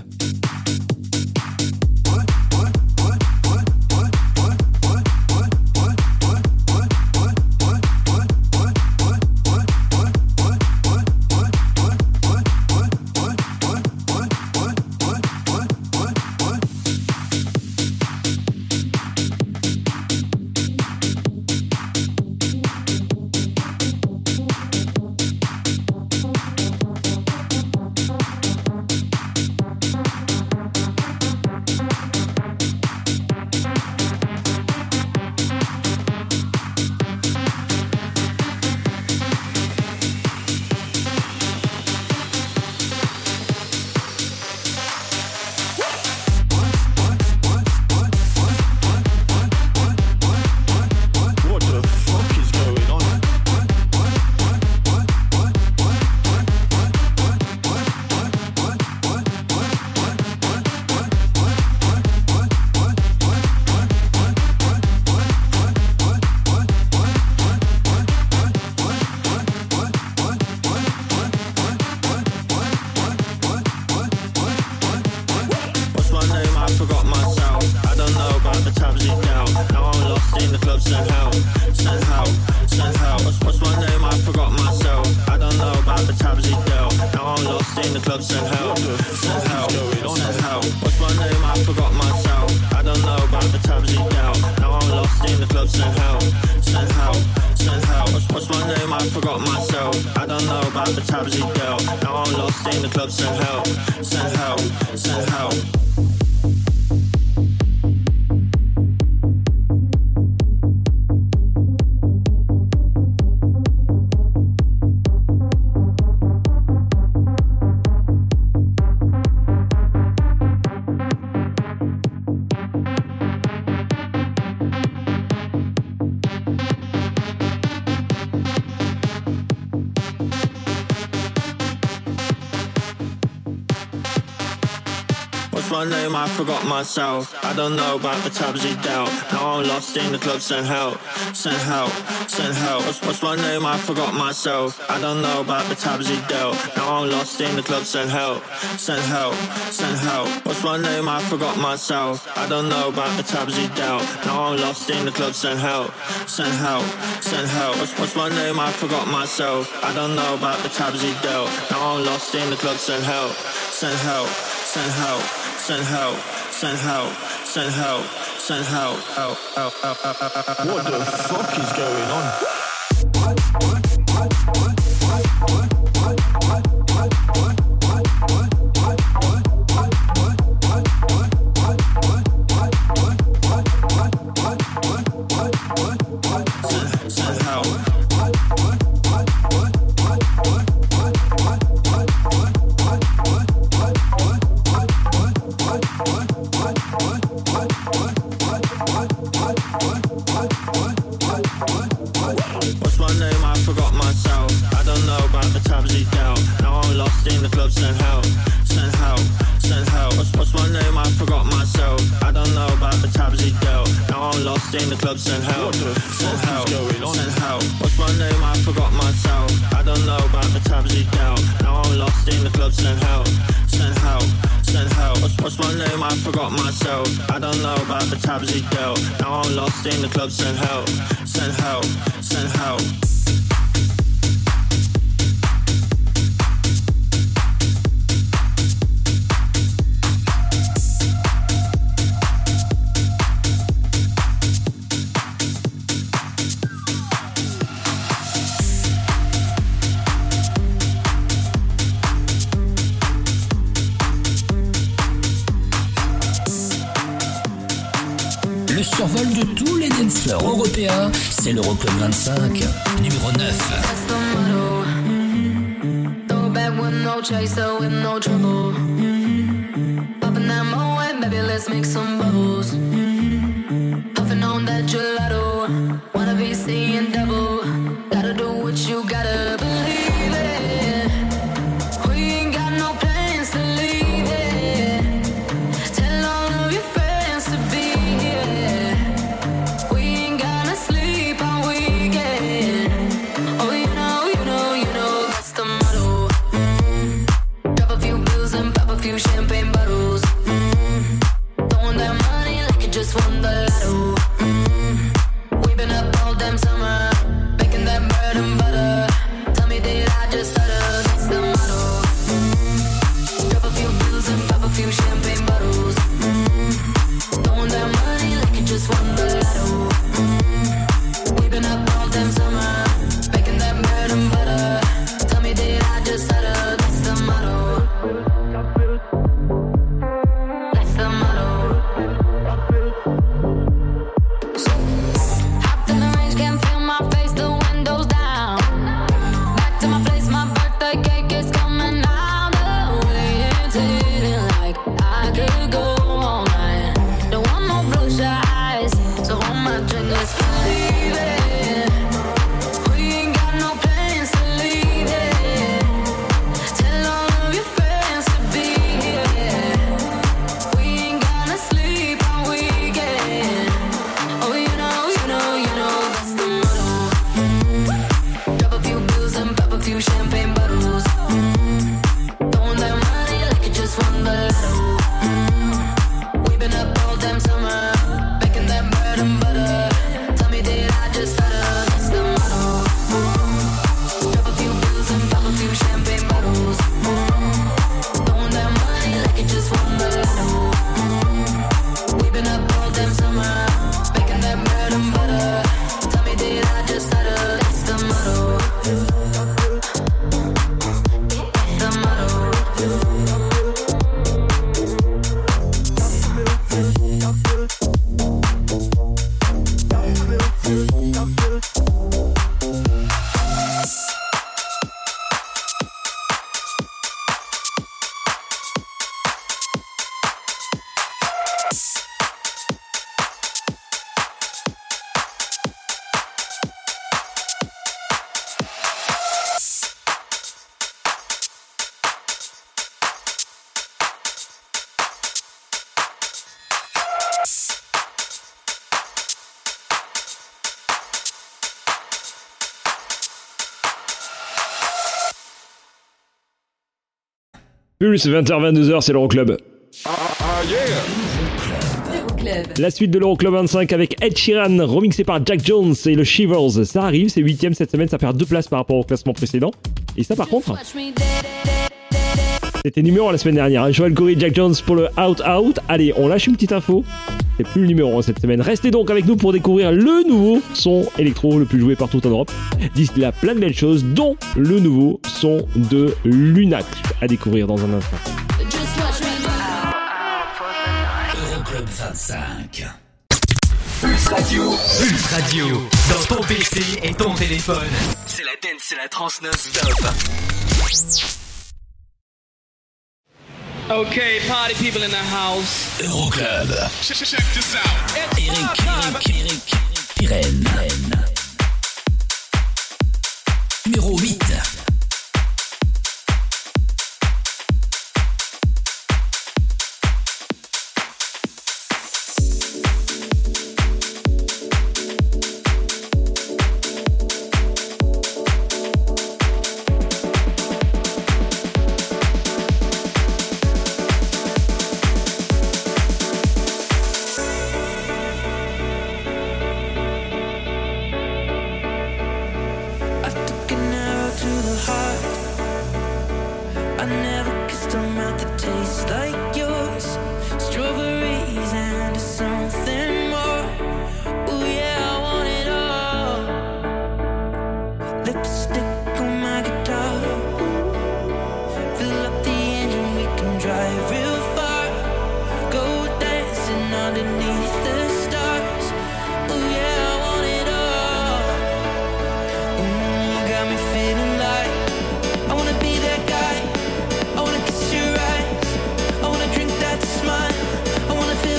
my name, I forgot myself. I don't know about the tabs he dealt. Now I'm lost in the club, send help, send help, send help. What's my name, I forgot myself. I don't know about the tabs he dealt. Now I'm lost in the club, send help, send help, send help. What's my name, I forgot myself. I don't know about the tabs he dealt. Now I'm lost in the club, send help, send help, send help. What's my name, I forgot myself. I don't know about the tabs he dealt. Now I'm lost in the club, send help, send help, send help, send help, send help, send help, send help. What the fuck is going on? In the club, send help, send help, send help. What's my name? I forgot myself. I don't know about the tabs he dealt. Now I'm lost in the club, send help, send help, send help. What's my name? I forgot myself. I don't know about the tabs he dealt. Now I'm lost in the club, send help, send help, send help. Le survol de tous les danseurs européens, c'est l'Euroclub 25, numéro 9. Throw back with no chaser, with no trouble. Popping that moe, baby, let's let's make some bubbles. Puffing on that gelato. Wanna be seeing double. Gotta do what you gotta believe it. We ain't got no plans to leave it. Tell all of your friends to be here. We ain't gonna sleep all weekend. Oh, you know, that's the motto. Drop a few bills and pop a few champagne bottles. Throwing that money like you just won the lotto. We've been up all damn summer, making that bread and butter. Tell me, did I just stutter? That's the motto. Drop a few bills and pop a few champagne bottles. Throwing that money like you just won the lotto. We've been up all damn summer, making that bread and butter. Tell me, did I just stutter? That's the motto. That's the motto. Hopped in the range, can't feel my face, the windows down. Back to my place, my birthday cake is coming out. The way it's hitting like I could go all night. Don't want no bloodshot eyes, so hold my drink, let's leave it. We ain't got no plans to leave it. Tell all of your friends to be here. We ain't gonna sleep all weekend. Oh, you know, that's the motto. Drop a few bills and pop a few champagne bottles. Throwing that money like you just won the lotto. We've been up all damn summer, making that bread and butter. Tell me, did I just stutter? That's the motto. Drop a few bills and pop a few champagne bottles. Throwing that money like you just won the lotto. We've been up all damn summer, making that bread and butter. Tell me, did I just stutter? That's the motto. The motto. Pulse, 20h-22h, c'est l'Euroclub. La suite de l'Euroclub 25 avec Ed Sheeran, remixé par Jack Jones et le Shivers. Ça arrive, c'est 8ème cette semaine, ça perd 2 places par rapport au classement précédent. Et ça, par contre, c'était numéro 1 la semaine dernière. Joel Corey, Jack Jones pour le Out Out. Allez, on lâche une petite info. C'est plus le numéro 1 cette semaine. Restez donc avec nous pour découvrir le nouveau son électro le plus joué partout en Europe. D'ici là, plein de belles choses, dont le nouveau son de Lunac à découvrir dans un instant. Euroclub 25. Pulse Radio. Dans ton PC et ton téléphone. C'est la dance, c'est la trance non-stop. Okay, party people in the house. Euroclub. Check this out. Eric Pirenne. Numéro 8. I wanna feel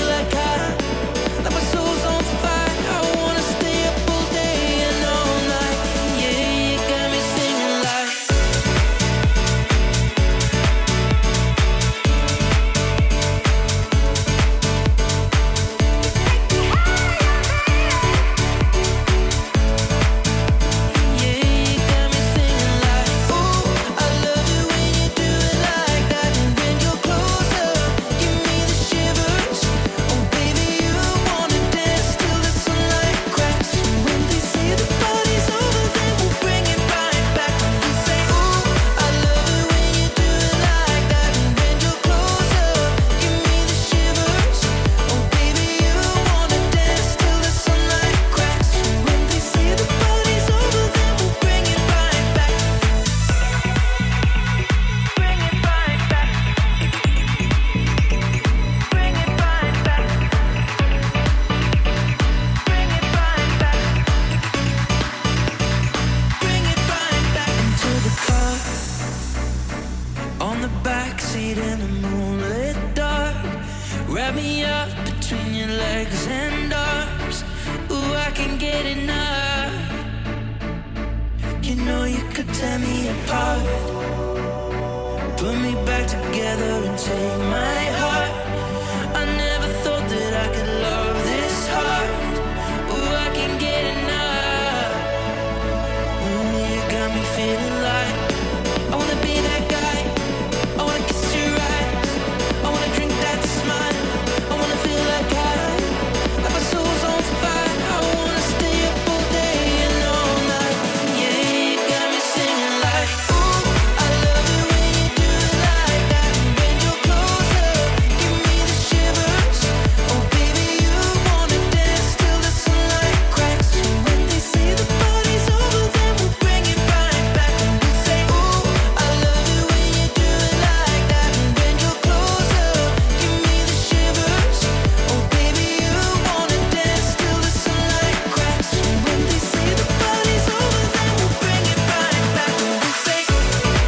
wrap me up between your legs and arms. Ooh, I can get enough. You know you could tear me apart, put me back together and take my heart. I never thought that I could love this hard. Ooh, I can get enough. Ooh, you got me feeling like I wanna be that guy. I wanna kiss your eyes. I wanna drink that smile. I wanna feel like like my soul's on fire. I wanna stay up all day and all night. Yeah, you got me singing like, ooh, I love it when you do it like that. When you're closer, give me the shivers. Oh baby, you wanna dance till the sunlight cracks. And when they say the party's over, then we'll bring it right back. And we'll say, ooh, I love it when you do it like that. And when you're closer, give me the shivers. Oh baby, you wanna dance till the sunlight cracks. And when they say the party's over, then we'll bring it right back. And we'll say, bring it right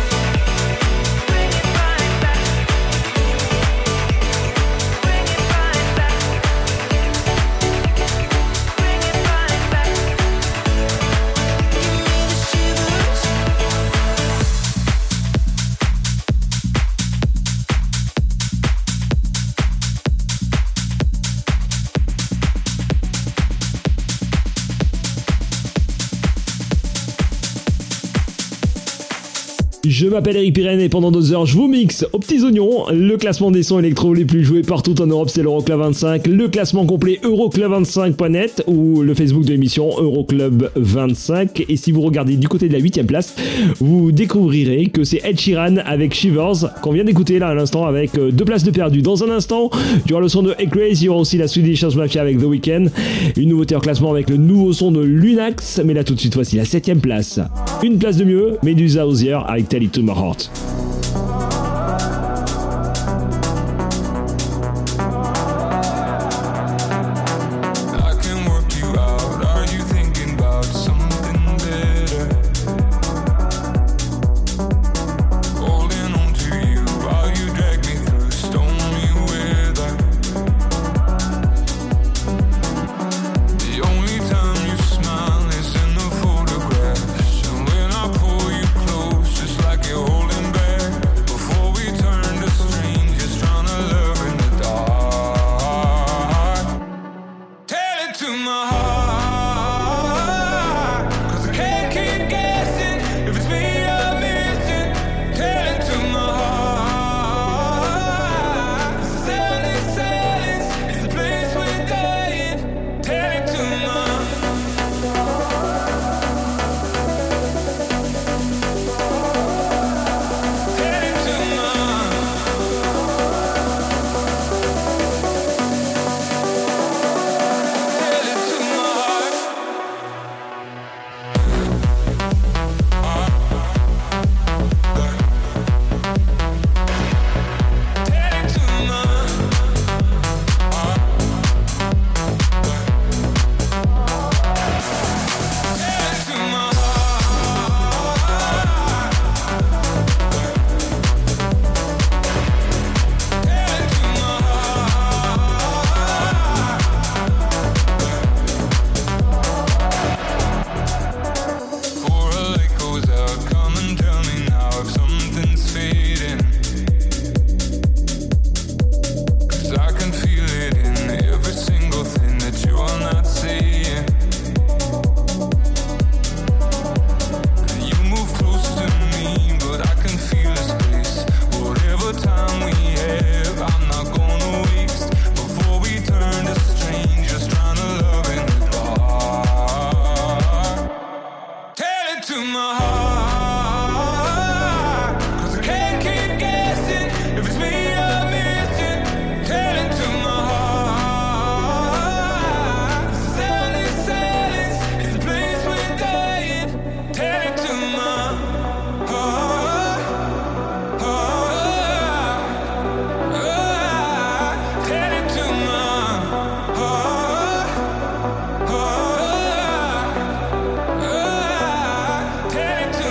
back. Bring it right back. Bring it right back. Give me the shivers. Je m'appelle Eric Pirenne et pendant 2 heures, je vous mixe aux petits oignons le classement des sons électro les plus joués partout en Europe, c'est l'Euroclub 25. Le classement complet Euroclub25.net ou le Facebook de l'émission Euroclub 25. Et si vous regardez du côté de la 8ème place, vous découvrirez que c'est Ed Sheeran avec Shivers qu'on vient d'écouter là à l'instant avec 2 places de perdu. Dans un instant, il y aura le son de Craze, il y aura aussi la Swedish House Mafia avec The Weeknd. Une nouveauté en classement avec le nouveau son de Lunax. Mais là tout de suite, voici la 7ème place. Une place de mieux, Medusa Osier avec Tell It To My Heart. I can work you out. Are you thinking about something better? Holding on to you while you drag me through stormy weather. The only time you smile is in the photographs, and when I pull you close, it's like you're holding back. Before we turn to strangers, trying to love in the dark. Tell it to my heart, 'cause I can't keep guessing if it's me you're missing. Tell it to my heart, 'cause silence is the place we're dying. Tell it to my Tell it to my Tell it to my heart. Tell it to my Tell it to my Before a light goes out, come and tell me now if something's fading. 'Cause I can feel it in every single thing that you are not saying. You move close to me, but I can feel the space. Whatever time we have, I'm not gonna waste. Before we turn to strangers, trying to love in the dark. Tell it to my heart, 'cause I can't keep guessing if it's me you're missing. Tell it to my heart, 'cause silence is the place we're dying. Tell it to my heart, tell it to my heart, tell it to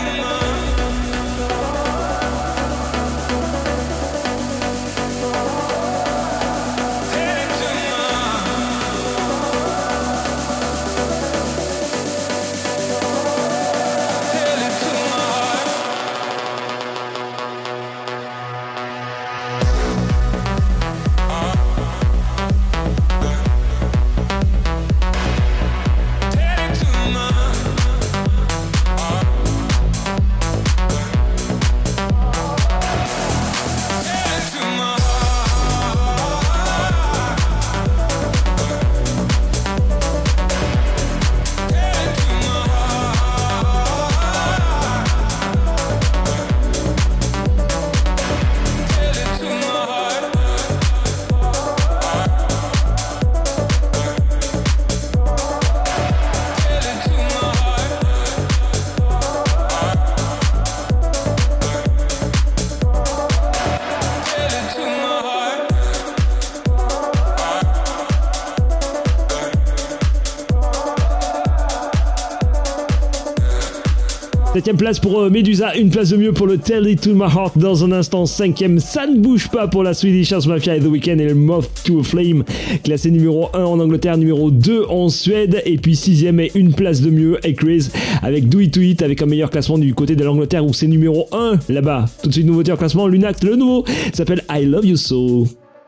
7ème place pour Medusa, une place de mieux pour le Tell It To My Heart dans un instant. 5ème, ça ne bouge pas pour la Swedish House Mafia et The Weeknd et le Moth to a Flame, classé numéro 1 en Angleterre, numéro 2 en Suède. Et puis 6ème et une place de mieux, Acraze avec Do It To It, avec un meilleur classement du côté de l'Angleterre où c'est numéro 1 là-bas. Tout de suite, nouveauté en classement, Lunax, le nouveau, s'appelle I Love You So.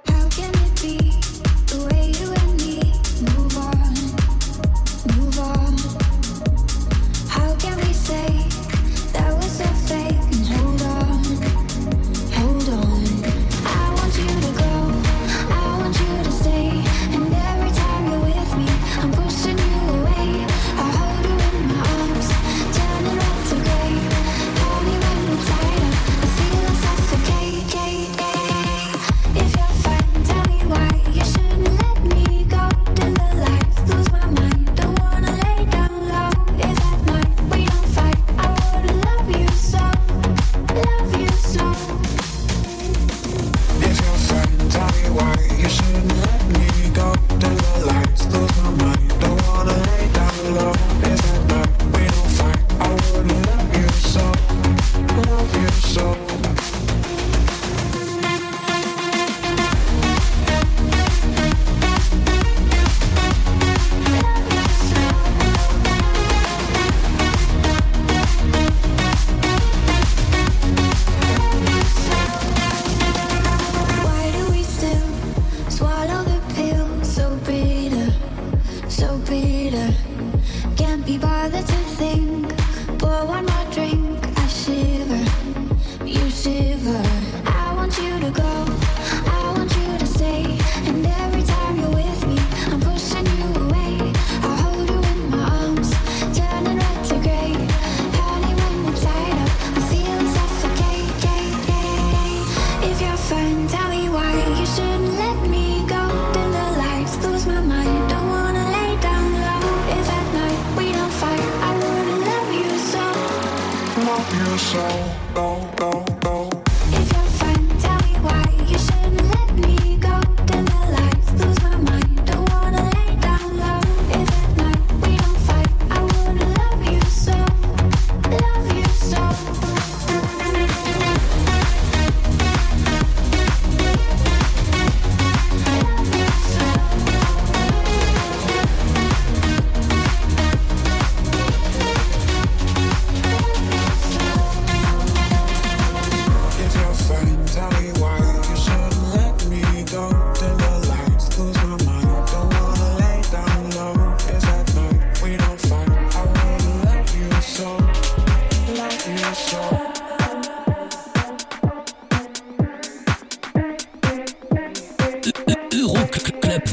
Euroclub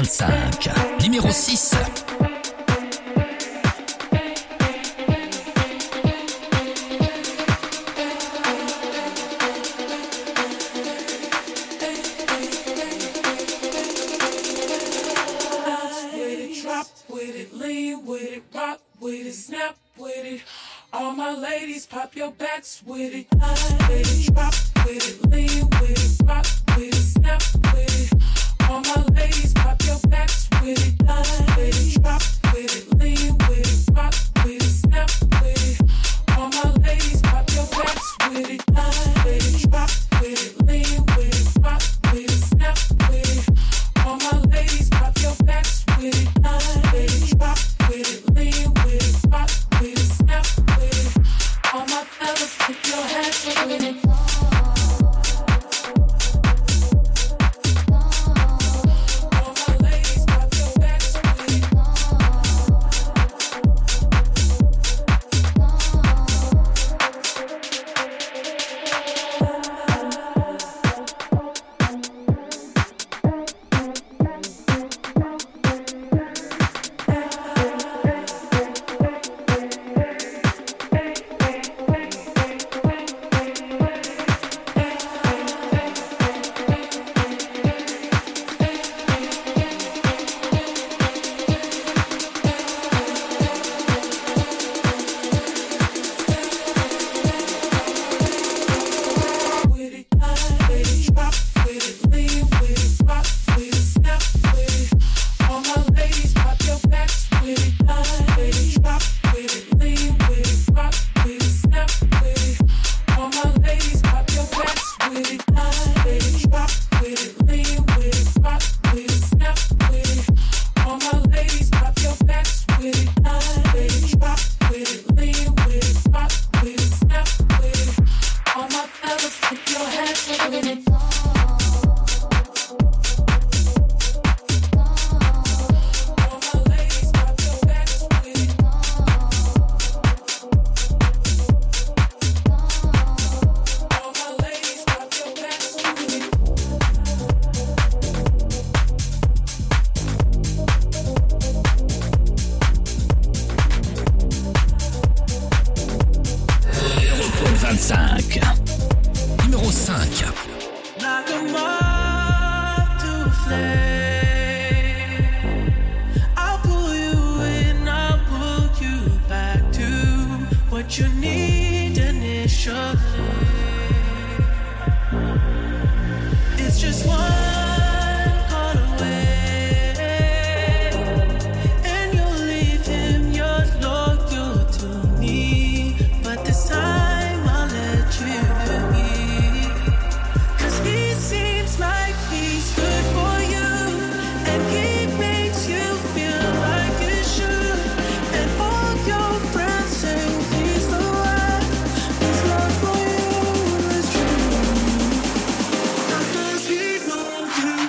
25, numéro 6. All my ladies, pop your backs with it. With it, drop with it, lean with it, rock with it, snap with it. All my ladies, pop your backs with it. With it, drop with it, lean with it, rock with it, snap with it. All my ladies, pop your backs with it. With it, drop with it, lean with it, rock with it, snap with it. All my ladies, pop your backs with it. With it, drop with it, lean with it, rock with it, snap with it. All my fellas, put your hands up with it. All my ladies, pop your backs with it. 25. Numéro 5. Like a moth to a flame, I'll pull you in, I'll pull you back to what you need initially. It's just one call away, and you'll leave him, you're loyal to me, but this time I'll let you be. He seems like he's good for you, and he makes you feel like you should. And all your friends say he's the one. His love for you is true. How does he know you?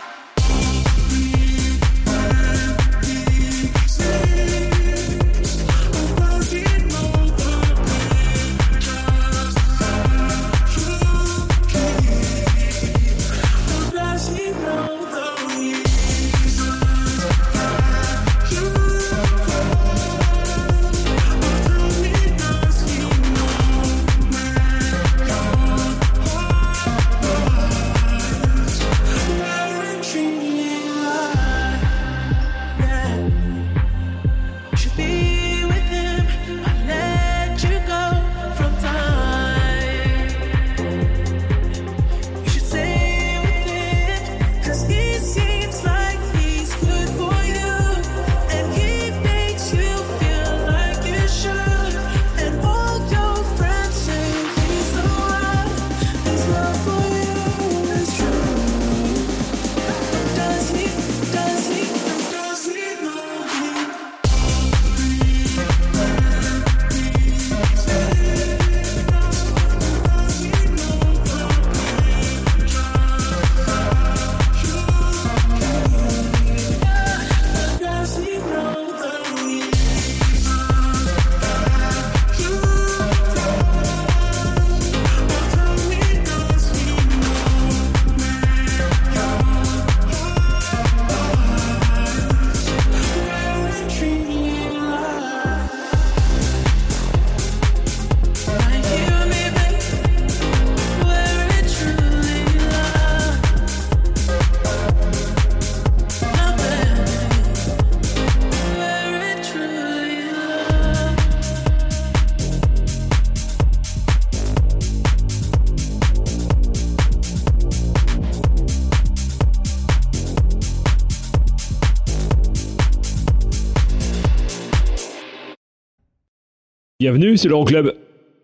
Bienvenue, c'est l'Euroclub.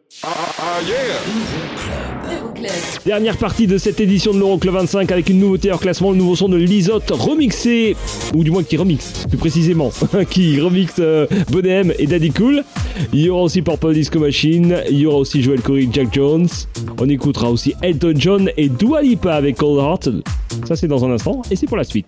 Dernière partie de cette édition de l'Euroclub 25 avec une nouveauté hors classement, le nouveau son de Lizotte remixé, ou du moins qui remixe, plus précisément, qui remixe Boney M et Daddy Cool. Il y aura aussi Purple Disco Machine, il y aura aussi Joel Corey, Jack Jones. On écoutera aussi Elton John et Dua Lipa avec Cold Heart. Ça c'est dans un instant et c'est pour la suite.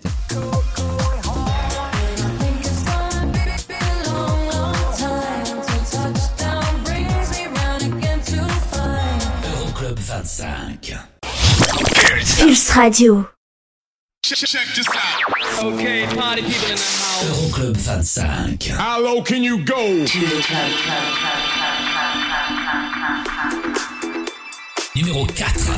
Euroclub 25. Pulse Radio. Check this out. Okay, party people in the house. Euroclub 25. How low can you go? Numéro 4.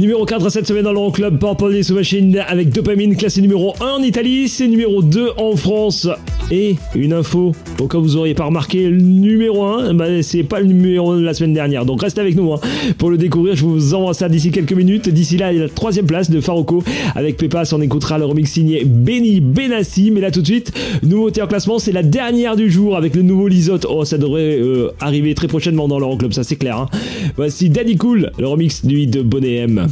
numéro 4 cette semaine dans l'Euroclub, Purple Disco Machine avec Dopamine, classé numéro 1 en Italie, c'est numéro 2 en France. Et une info, au cas où vous auriez pas remarqué, le numéro 1, c'est pas le numéro 1 de la semaine dernière. Donc restez avec nous pour le découvrir, je vous envoie ça d'ici quelques minutes. D'ici là, il y a la 3ème place de Faroko avec Pepas, on écoutera le remix signé Benny Benassi. Mais là tout de suite, nouveauté en classement, c'est la dernière du jour avec le nouveau Lizotte. Oh, ça devrait arriver très prochainement dans l'Euroclub, ça c'est clair. Voici Daddy Cool, le remix du hit de Bonnet M.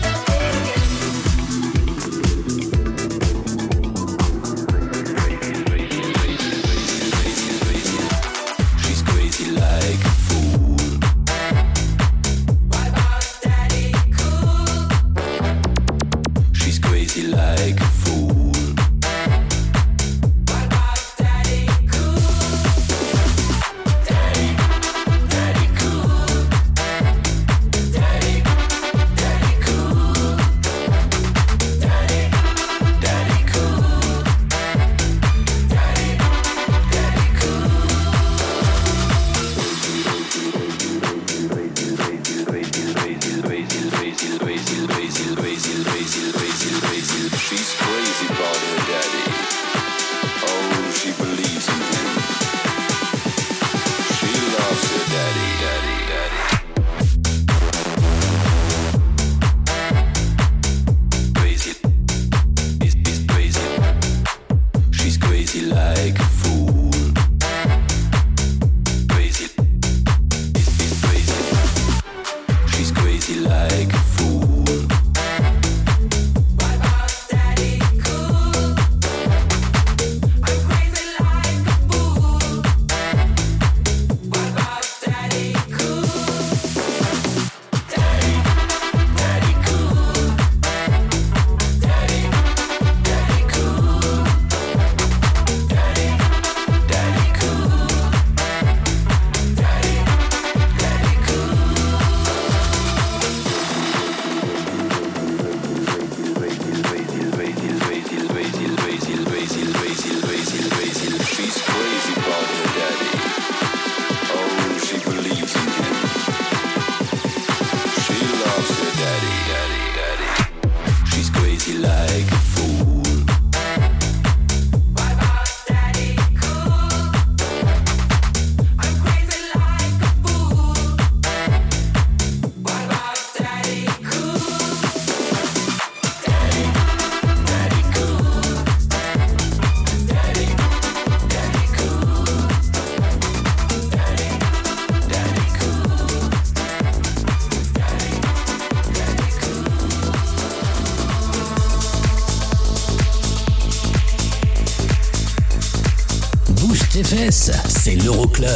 C'est l'Euroclub.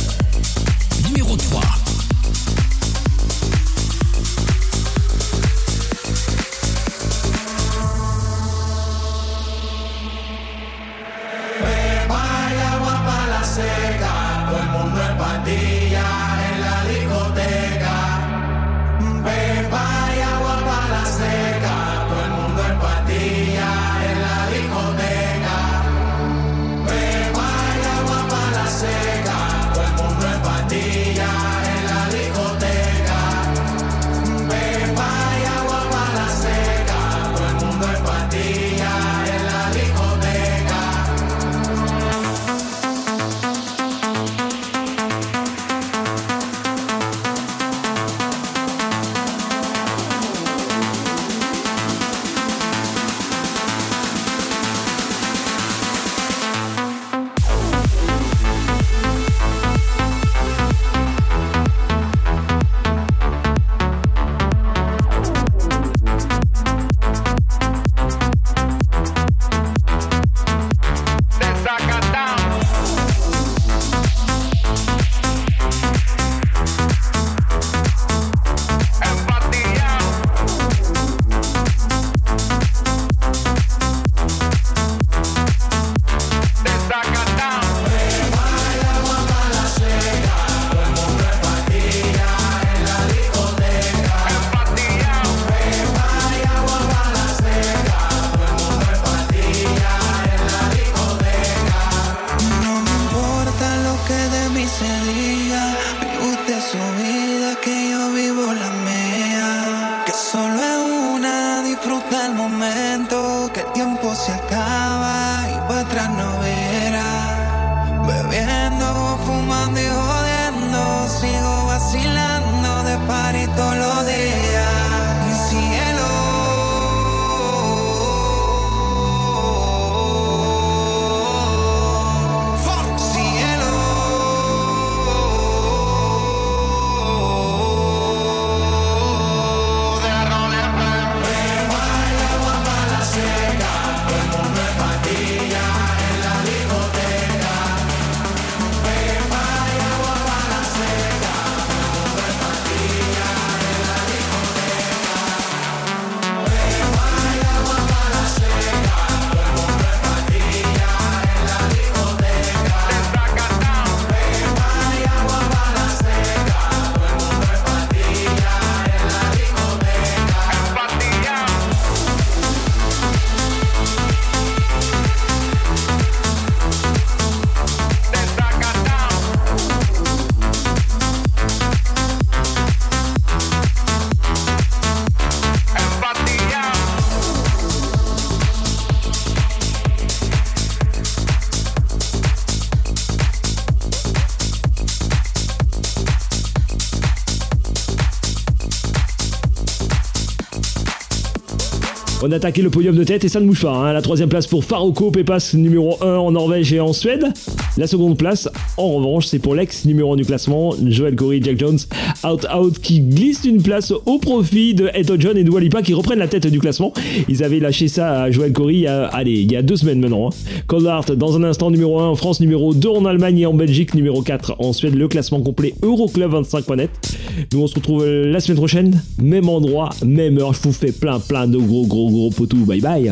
Numéro 3. Vaya agua para la seca, todo el mundo en pandilla en la discoteca. Vaya agua para la seca, todo el mundo en pandilla en la discoteca. Vaya agua para la seca, todo el mundo en pandilla en la discoteca. Vaya agua para la seca, todo el mundo en pandilla en la discoteca. Solo disfruta el momento, que el tiempo se acaba y para atrás no verá. Bebiendo, fumando y jodiendo, sigo vacilando de party todos los días. Mi cielo, cielo. On a attaqué le podium de tête et ça ne bouge pas. Hein. La troisième place pour Faroko Pepas, numéro 1 en Norvège et en Suède. La seconde place, en revanche, c'est pour l'ex numéro 1 du classement, Joel Corey, Jack Jones, Out Out, qui glisse une place au profit de Elton John et Dua Lipa qui reprennent la tête du classement. Ils avaient lâché ça à Joel Corey il y a 2 semaines maintenant. Hein. Cold Heart, dans un instant, numéro 1 en France, numéro 2 en Allemagne et en Belgique, numéro 4 en Suède. Le classement complet Euroclub25.net. Nous, on se retrouve la semaine prochaine, même endroit, même heure. Je vous fais plein de gros potous. Bye bye.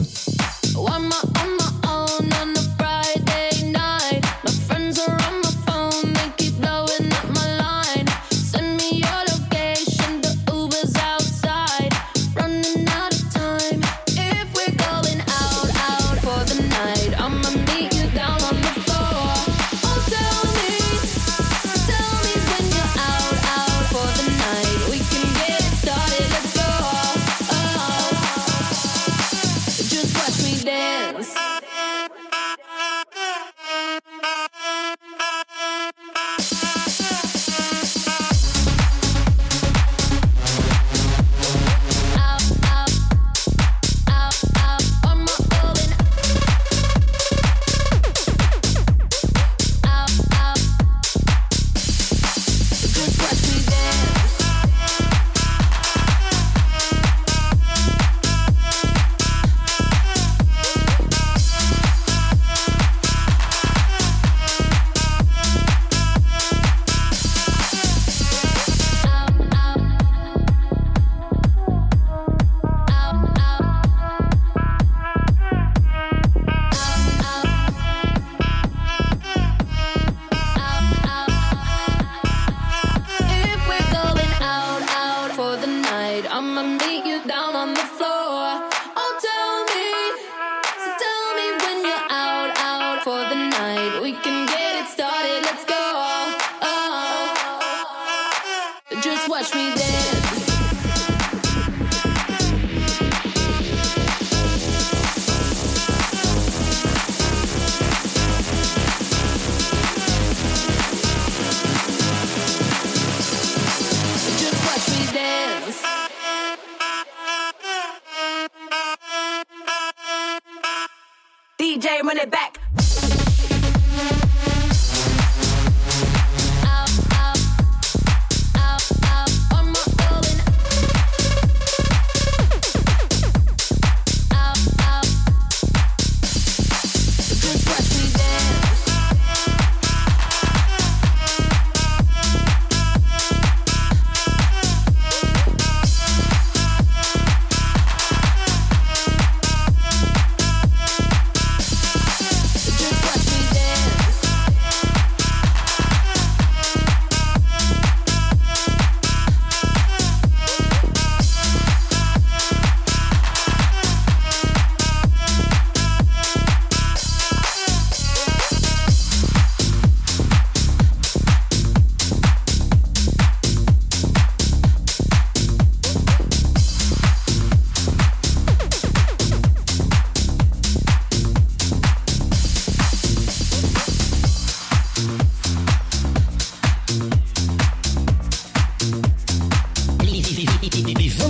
DJ, run it back.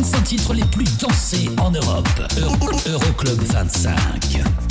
25 titres les plus dansés en Europe. Euroclub 25.